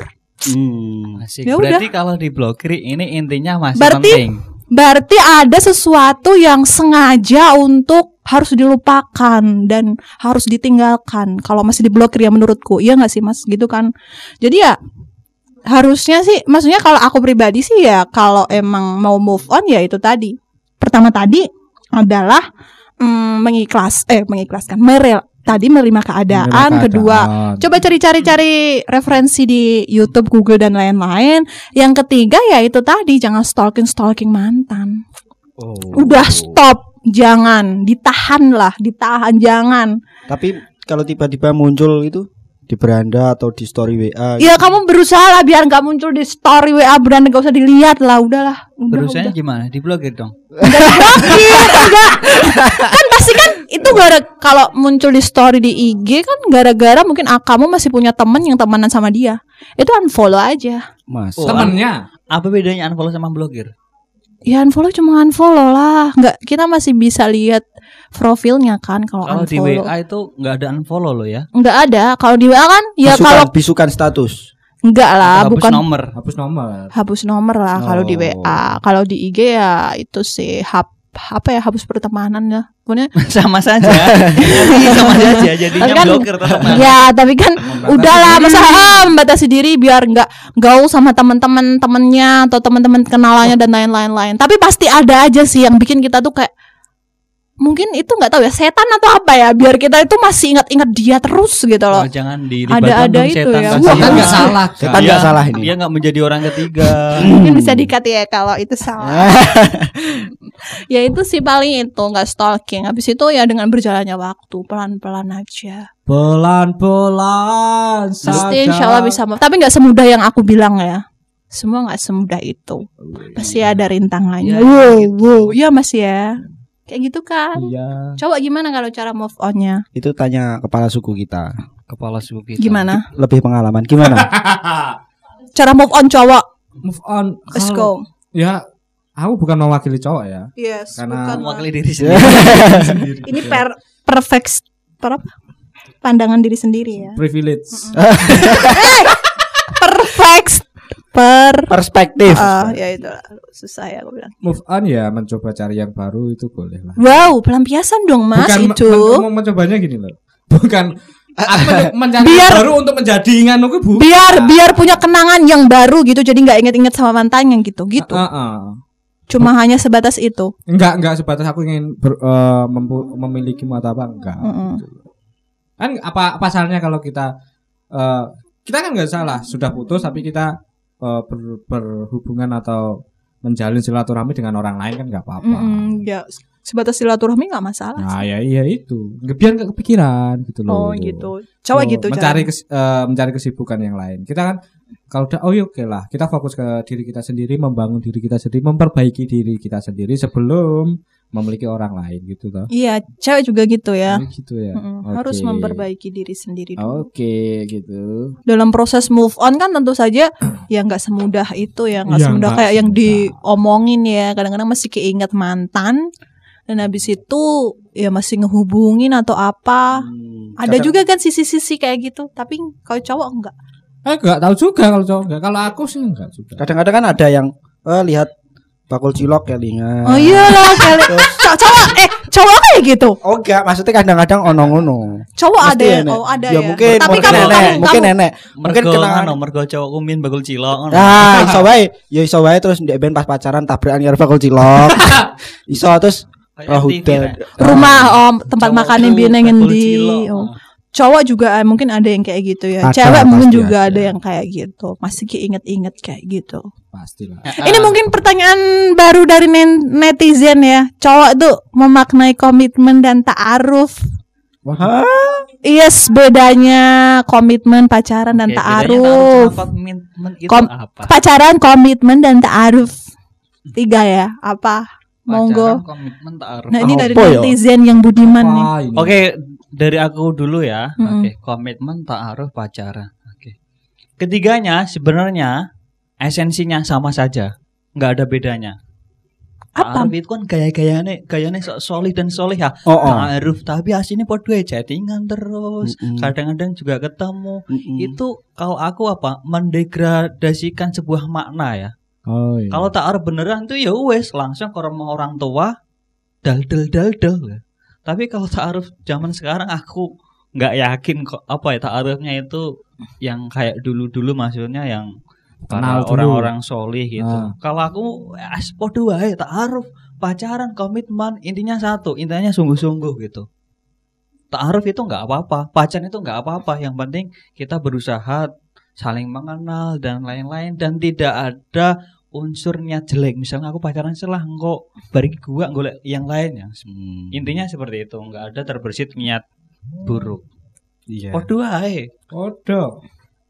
hmm. Asik. Ya Berarti kalau diblokir ini intinya masih Berarti- penting. Berarti ada sesuatu yang sengaja untuk harus dilupakan dan harus ditinggalkan. Kalau masih diblokir ya menurutku, iya nggak sih mas? Gitu kan. Jadi ya harusnya sih, maksudnya kalau aku pribadi sih ya kalau emang mau move on ya itu tadi. Pertama tadi adalah mm, mengikhlas, eh mengikhlaskan, merel. Tadi menerima keadaan. Menerima Kedua, keadaan. coba cari-cari-cari referensi di YouTube, Google dan lain-lain. Yang ketiga ya itu tadi, jangan stalking-stalking mantan. Oh. Udah stop, jangan, ditahan lah, ditahan, jangan. Tapi kalau tiba-tiba muncul itu di beranda atau di story W A. Ya kamu berusaha lah biar nggak muncul di story W A beranda, nggak usah dilihat lah, udahlah. Udah, Berusahanya udah. gimana? Diblokir dong. Enggak diblokir, enggak. Kan pasti kan itu gara kalau muncul di story di I G kan gara-gara mungkin ah, kamu masih punya temen yang temenan sama dia. Itu unfollow aja. Mas. Oh, Temennya. Apa bedanya unfollow sama blokir? Ya unfollow cuma unfollow lah. Enggak, kita masih bisa lihat profilnya kan kalau Kalau di W unfollow. A itu nggak ada unfollow lo ya. Enggak ada. Kalau di W A kan ya bisukan, kalau bisukan status. enggak lah, Atau hapus bukan nomor. Hapus nomor. hapus nomor lah kalau di W A. Oh. Kalau di I G ya itu sih hap apa ya hapus pertemanan ya. Pokoknya Sama saja. Sama saja jadinya Tapi kan- blokir tetap. ya tapi kan Membatasi udahlah diri. masa ah, membatasi diri biar nggak gaul sama teman-teman temennya atau teman-teman kenalannya dan lain-lain lain. Tapi pasti ada aja sih yang bikin kita tuh kayak mungkin itu nggak tahu ya setan atau apa ya, biar kita itu masih ingat-ingat dia terus gitu loh. Oh, jangan dilibatkan Ada-ada dong itu setan. ya. Kasihan. Wah. Setan nggak salah. Setan Dia- nggak salah ini. Dia nggak menjadi orang ketiga. Mungkin bisa dikat ya kalau itu salah. Ya itu sih paling itu nggak stalking. Habis itu ya dengan berjalannya waktu pelan-pelan aja. Pelan-pelan Pasti saja. insya Allah bisa. Tapi nggak semudah yang aku bilang ya. Semua nggak semudah itu. Pasti ada rintangannya. Ya, Wow, gitu. wow, ya mas ya. Kayak gitu kan. Iya. Coba gimana kalau cara move on-nya? Itu tanya kepala suku kita. Kepala suku kita. Gimana? Lebih pengalaman. Gimana? Cara move on cowok. Move on. Let's Kalau- go. Ya, aku bukan mewakili cowok ya. Yes, Karena- bukan Mewakili diri sendiri. ini per perfect per apa? Pandangan diri sendiri ya. Privilege. Perfect per Perspektif. ah ya itu susah ya aku bilang. Move on ya, mencoba cari yang baru itu boleh lah. Wow, pelampiasan dong mas Bukan itu. men- men- mencobanya gini loh. Bukan aku men- mencari Biar- yang baru untuk menjadi ingan aku bu. Biar biar punya kenangan yang baru gitu, jadi nggak inget-inget sama mantannya gitu gitu. Ah, ah. Cuma hanya sebatas itu. Enggak, enggak sebatas aku ingin ber, eh, mempu- memiliki atau apa enggak. Mm-mm. Kan apa apa salahnya kalau kita eh, kita kan nggak salah sudah putus tapi kita eh, ber- berhubungan atau menjalin silaturahmi dengan orang lain kan nggak apa-apa. Mm-mm, ya sebatas silaturahmi nggak masalah. Nah ya iya itu Nggak- biar nggak kepikiran gitu loh. Oh gitu. Coba Oh, gitu. mencari cara. kes- eh, mencari kesibukan yang lain. Kita kan kalau udah oh ya oke lah kita fokus ke diri kita sendiri, membangun diri kita sendiri, memperbaiki diri kita sendiri sebelum memiliki orang lain gitu toh. Iya, cewek juga gitu ya. Oh, gitu ya. Mm-mm, Oke. Harus memperbaiki diri sendiri dulu. Oke gitu. Dalam proses move on kan tentu saja ya nggak semudah itu ya, nggak Iya, semudah nggak kayak yang semudah. diomongin ya. Kadang-kadang masih keinget mantan dan habis itu ya masih ngehubungin atau apa. Hmm, Ada kadang- juga kan sisi-sisi kayak gitu. Tapi kalau cowok enggak. Eh enggak tahu juga kalau cowok enggak. Kalau aku sih enggak juga. Kadang-kadang kan ada yang eh, lihat bakul cilok ya lingan. Oh iyalah kali. Cow- cowok eh cowok kayak gitu. Oh enggak, maksudnya kadang-kadang ono-ngono. Cowok Mesti ada ya. enek. Oh ada ya. ya. mungkin Tapi mungkin kamu nenek, kamu mungkin kamu nenek. Mungkin Mergo kenangan. anu, mergo cowok kumin bakul cilok ngono. Nah, iso wae. Ya iso wae terus ndek ben pas pacaran tabrakan karo bakul cilok. Iso terus Kayak roh M T V, hudan. Rek. rumah om tempat Cowok makan yang tuh biyen bakul ngendi. cilok. Oh. Cowok juga eh, mungkin ada yang kayak gitu ya. Ada, Cewek mungkin pasti juga ada. ada yang kayak gitu. Masih keinget-inget kayak gitu. Pastilah. Ini mungkin pertanyaan baru dari nen- netizen ya. Cowok tuh memaknai komitmen dan ta'aruf. Hah? Yes, bedanya komitmen, pacaran dan Oke, bedanya ta'aruf. sama komitmen itu Kom- apa? Pacaran, komitmen dan ta'aruf. Tiga ya. Apa? Monggo. Pacaran, komitmen, ta'aruf. Nah, ini dari Apa ya? netizen yang budiman nih. Apa ini? Oke, dari aku dulu ya. Mm-mm. Oke, komitmen, ta'aruf, pacaran. Oke. Ketiganya sebenarnya esensinya sama saja, nggak ada bedanya. Apa? Ta'aruf itu kan gaya-gayane, gayane sok solih dan solih ya. Oh, oh. Ta'aruf tapi aslinya podo ya chattingan terus. Mm-mm. Kadang-kadang juga ketemu. Mm-mm. Itu kalau aku apa? Mendegradasikan sebuah makna ya. Oh iya. Kalau ta'aruf beneran tuh ya wes langsung ke rumah orang tua dal dal dal dal. ya. Tapi kalau ta'aruf zaman sekarang aku nggak yakin kok apa ya ta'arufnya itu yang kayak dulu-dulu maksudnya yang Kenal para dulu. orang-orang solih gitu. Ah. Kalau aku ya podo wae ta'aruf, pacaran, komitmen, intinya satu, intinya sungguh-sungguh gitu. Ta'aruf itu nggak apa-apa, pacaran itu nggak apa-apa, yang penting kita berusaha saling mengenal dan lain-lain dan tidak ada unsurnya jelek. Misalnya aku pacaran setelah engkau bari gua golek yang lain ya. Hmm. Intinya seperti itu, nggak ada terbersit niat buruk. Iya. Podo wae. Podo.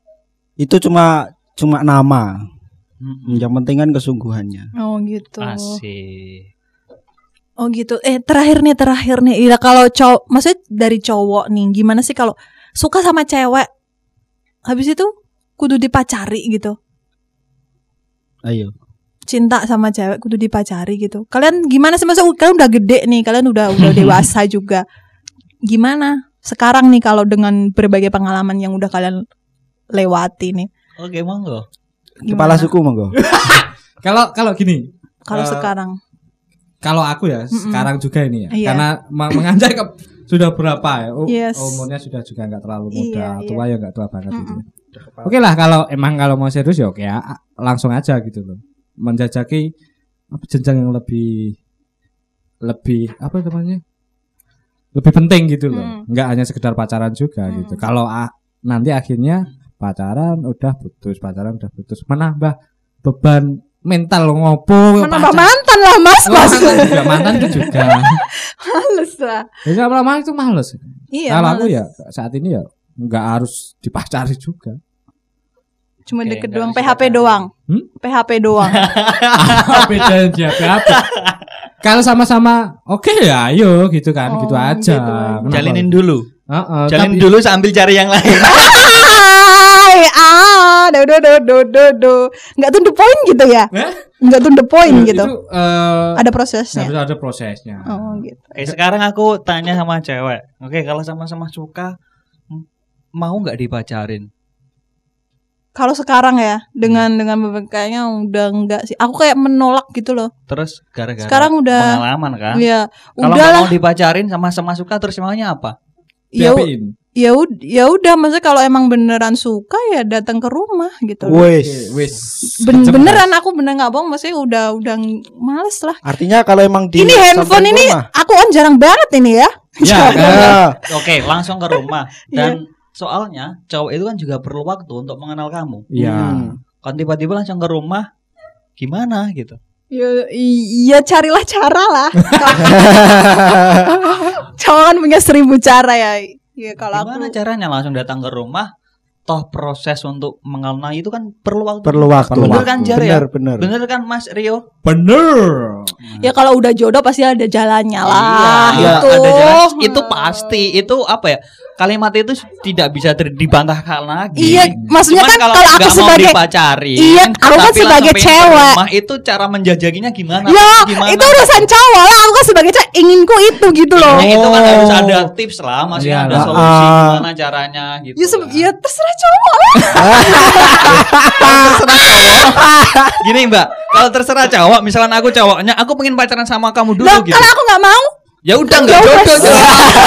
Itu cuma cuma nama. Mm-mm. Yang penting kan kesungguhannya. Oh gitu. Asik. Oh gitu. Eh terakhir nih terakhir nih. Iya kalau cowok, maksudnya dari cowok nih, gimana sih kalau suka sama cewek, habis itu kudu dipacari gitu. Ayo. Cinta sama cewek kudu dipacari gitu. Kalian gimana sih, masa kalian udah gede nih, kalian udah udah dewasa juga. Gimana sekarang nih kalau dengan berbagai pengalaman yang udah kalian lewati nih? Oke, monggo. Kepala Gimana? suku monggo. Kalau kalau gini, Kalau Eh, sekarang. kalau aku ya Mm-mm. sekarang juga ini ya, Iya. karena me- menganjak ke sudah berapa ya? Oh, Yes. umurnya sudah juga nggak terlalu muda, Iya, tua ya nggak tua banget gitu. Mm-mm. Oke lah kalau emang kalau mau serius ya oke ya langsung aja gitu loh. Menjajaki apa jenjang yang lebih lebih apa namanya? lebih penting gitu loh. Hmm. Nggak hanya sekedar pacaran juga Hmm. gitu. Kalau ah, nanti akhirnya pacaran udah putus, pacaran udah putus, menambah beban mental ngopo. Menambah pacar- mantan lah mas, Wah, mas. mantan juga, mantan itu juga. Males lah. Jadi lama-lama itu males. Iya. Kalau aku males. ya saat ini ya nggak harus dipacari juga. Cuma Oke, deket nggak doang, bisa P H P pacaran. doang. Hmm? P H P doang. Beda dia apa? Kalau sama-sama oke ya ayo gitu kan, Oh, gitu aja. gitu. Kenapa? Jalinin dulu. Heeh, Jalin tapi- dulu sambil cari yang lain. Hai, ah, do do do do do do. Nggak to the point gitu ya? Eh? Nggak to the point Itu, gitu. eh, Ada prosesnya. harus ada prosesnya. Oh gitu. Oke, sekarang aku tanya sama cewek. Oke, kalau sama-sama suka, m- mau nggak dipacarin? Kalau sekarang ya dengan dengan beberapa- kayaknya udah enggak sih. Aku kayak menolak gitu loh. Terus gara-gara Sekarang udah- pengalaman kan? Iya, Kalau udah nggak lah. mau dipacarin sama-sama suka terus maunya apa? Ya u- Diapain? ya ud- ya udah maksudnya kalau emang beneran suka ya datang ke rumah gitu. loh. Wes. Wis. Ben- Kenceng, beneran aku bener nggak bohong, maksudnya udah udah ng- males lah. Artinya kalau emang di Ini handphone samperin ini ke rumah. aku on jarang banget ini ya. Ya, kan? Ah, Oke, langsung ke rumah. Iya. Dan soalnya cowok itu kan juga perlu waktu untuk mengenal kamu. Iya. Hmm. Kan tiba-tiba langsung ke rumah, gimana gitu? Ya, iya carilah cara lah. Cowok kan punya seribu cara ya. Ya kalau Gimana aku caranya langsung datang ke rumah? Toh proses untuk mengenal itu kan perlu waktu. Perlu waktu. Bener kan Jar ya? Bener, bener. Bener kan Mas Rio? Bener. ya kalau udah jodoh pasti ada jalannya lah. Iya, itu. ada jalan. Itu pasti. Itu apa ya? Kalimat itu tidak bisa ter- dibantahkan lagi. Iya, maksudnya Cuman kan kalau kalau aku nggak mau sebagai dipacarin, Iya, aku kan tapi sebagai langsung pengen ke cewek. rumah, itu cara menjajakinya gimana? Ya, gimana? itu urusan cowok lah. Aku kan sebagai cewek inginku itu gitu loh. Nah, itu kan Oh. harus ada tips lah, maksudnya Iya, ada lah. solusi Ah. gimana caranya gitu. Ya, se- lah. ya terserah cowok lah. terserah cowok. Gini Mbak, kalau terserah cowok, misalnya aku cowoknya, aku pengen pacaran sama kamu dulu Loh, gitu. kalau aku nggak mau, Ya udah nggak Ya udah. jodoh. jodoh.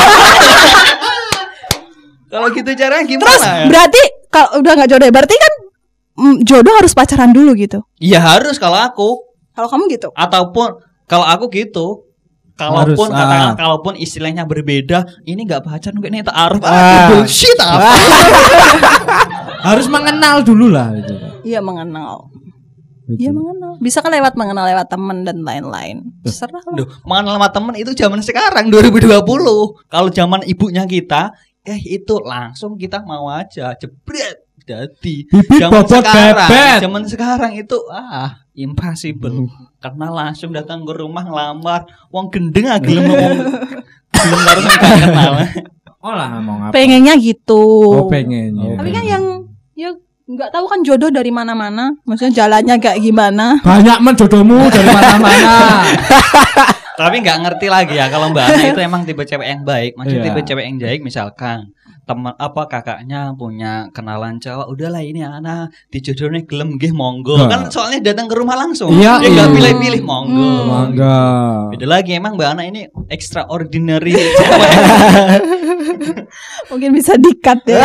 Kalau gitu caranya gimana terus ya? berarti kalau udah nggak jodoh, ya berarti kan mm, jodoh harus pacaran dulu gitu. Iya harus kalau aku, Kalau kamu gitu. ataupun kalau aku gitu. Kalaupun Harus, katakan ah. kalaupun istilahnya berbeda, ini nggak pacaran gue ini ta'aruf. Ah. Ah, bullshit apa? Harus mengenal dulu lah gitu. Iya mengenal. Gitu. Iya mengenal. Bisa kan lewat mengenal lewat teman dan lain-lain. Terserah lah. Duh, mengenal sama temen itu zaman sekarang dua ribu dua puluh. Kalau zaman ibunya kita, eh itu langsung kita mau aja jebret jadi. Bibit Zaman bobot sekarang, bebet. zaman sekarang itu ah impossible. Karena langsung datang ke rumah ngelamar, wong gendeng ah gelem ngomong. Belum harus kenal. Oh lah mau ngapa? Pengennya gitu. Oh pengennya. Tapi kan yang ya nggak tahu kan jodoh dari mana-mana. Maksudnya jalannya kayak gimana? banyak menjodohmu dari mana-mana. Tapi nggak ngerti lagi ya kalau Mbak Ana itu emang tipe cewek yang baik. Maksudnya Iya. tipe cewek yang baik misalkan teman apa kakaknya punya kenalan cowok, udahlah ini anak dijodohnya gelem nggih monggo. Nah. Kan soalnya datang ke rumah langsung. Iya, Dia nggak iya. pilih-pilih monggo. Hmm. Mangga. Beda lagi emang Mbak Ana ini extraordinary cewek. Mungkin bisa dikat ya.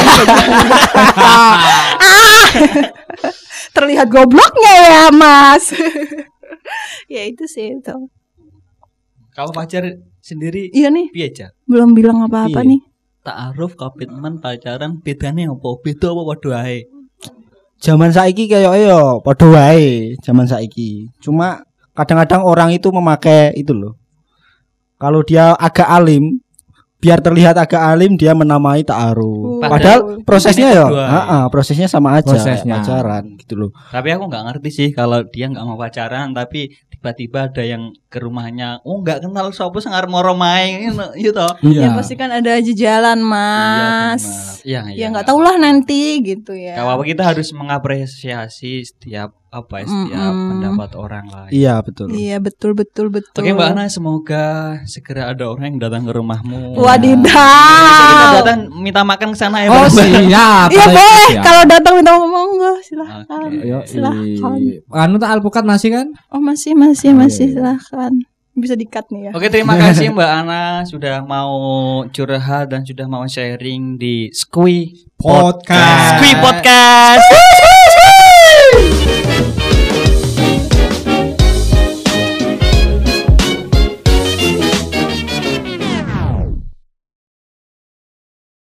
Ah, terlihat gobloknya ya Mas. Ya itu sih itu. Kalau pacar sendiri Iya nih, piye aja? belum bilang apa-apa Iya. nih. Ta'aruf, komitmen, pacaran bedanya apa? Beda apa padha ae? Zaman saiki kayak yo padha wae zaman saiki. Cuma kadang-kadang orang itu memakai itu loh. Kalau dia agak alim, biar terlihat agak alim dia menamai ta'aruf. Uh, Padahal padahal prosesnya ini ya, kedua. heeh, prosesnya sama aja, Prosesnya. kayak pacaran gitu loh. Tapi aku nggak ngerti sih kalau dia nggak mau pacaran tapi tiba-tiba ada yang ke rumahnya, oh nggak kenal sopo sing arep moro main gitu. Ya Iya. pasti kan ada aja jalan Mas. Iya, Ya nggak tahu lah nanti gitu ya. Gak apa-apa, kita harus mengapresiasi setiap apa ya, setiap Mm-mm. pendapat orang lain. Iya betul. Iya betul betul betul. Oke Mbak Ana, semoga segera ada orang yang datang ke rumahmu. Bisa kita Wadidaw. datang minta makan ke sana ya. Oh Mbak. siap. Iya Baik, boleh siap. kalau datang minta ngomong enggak silahkan. Oke. Yo, Silahkan. anu tak alpukat masih kan? Oh masih masih masih silahkan. Bisa dikat nih ya. Oke, terima kasih Mbak Ana sudah mau curhat dan sudah mau sharing di Squi Podcast. Squi Podcast.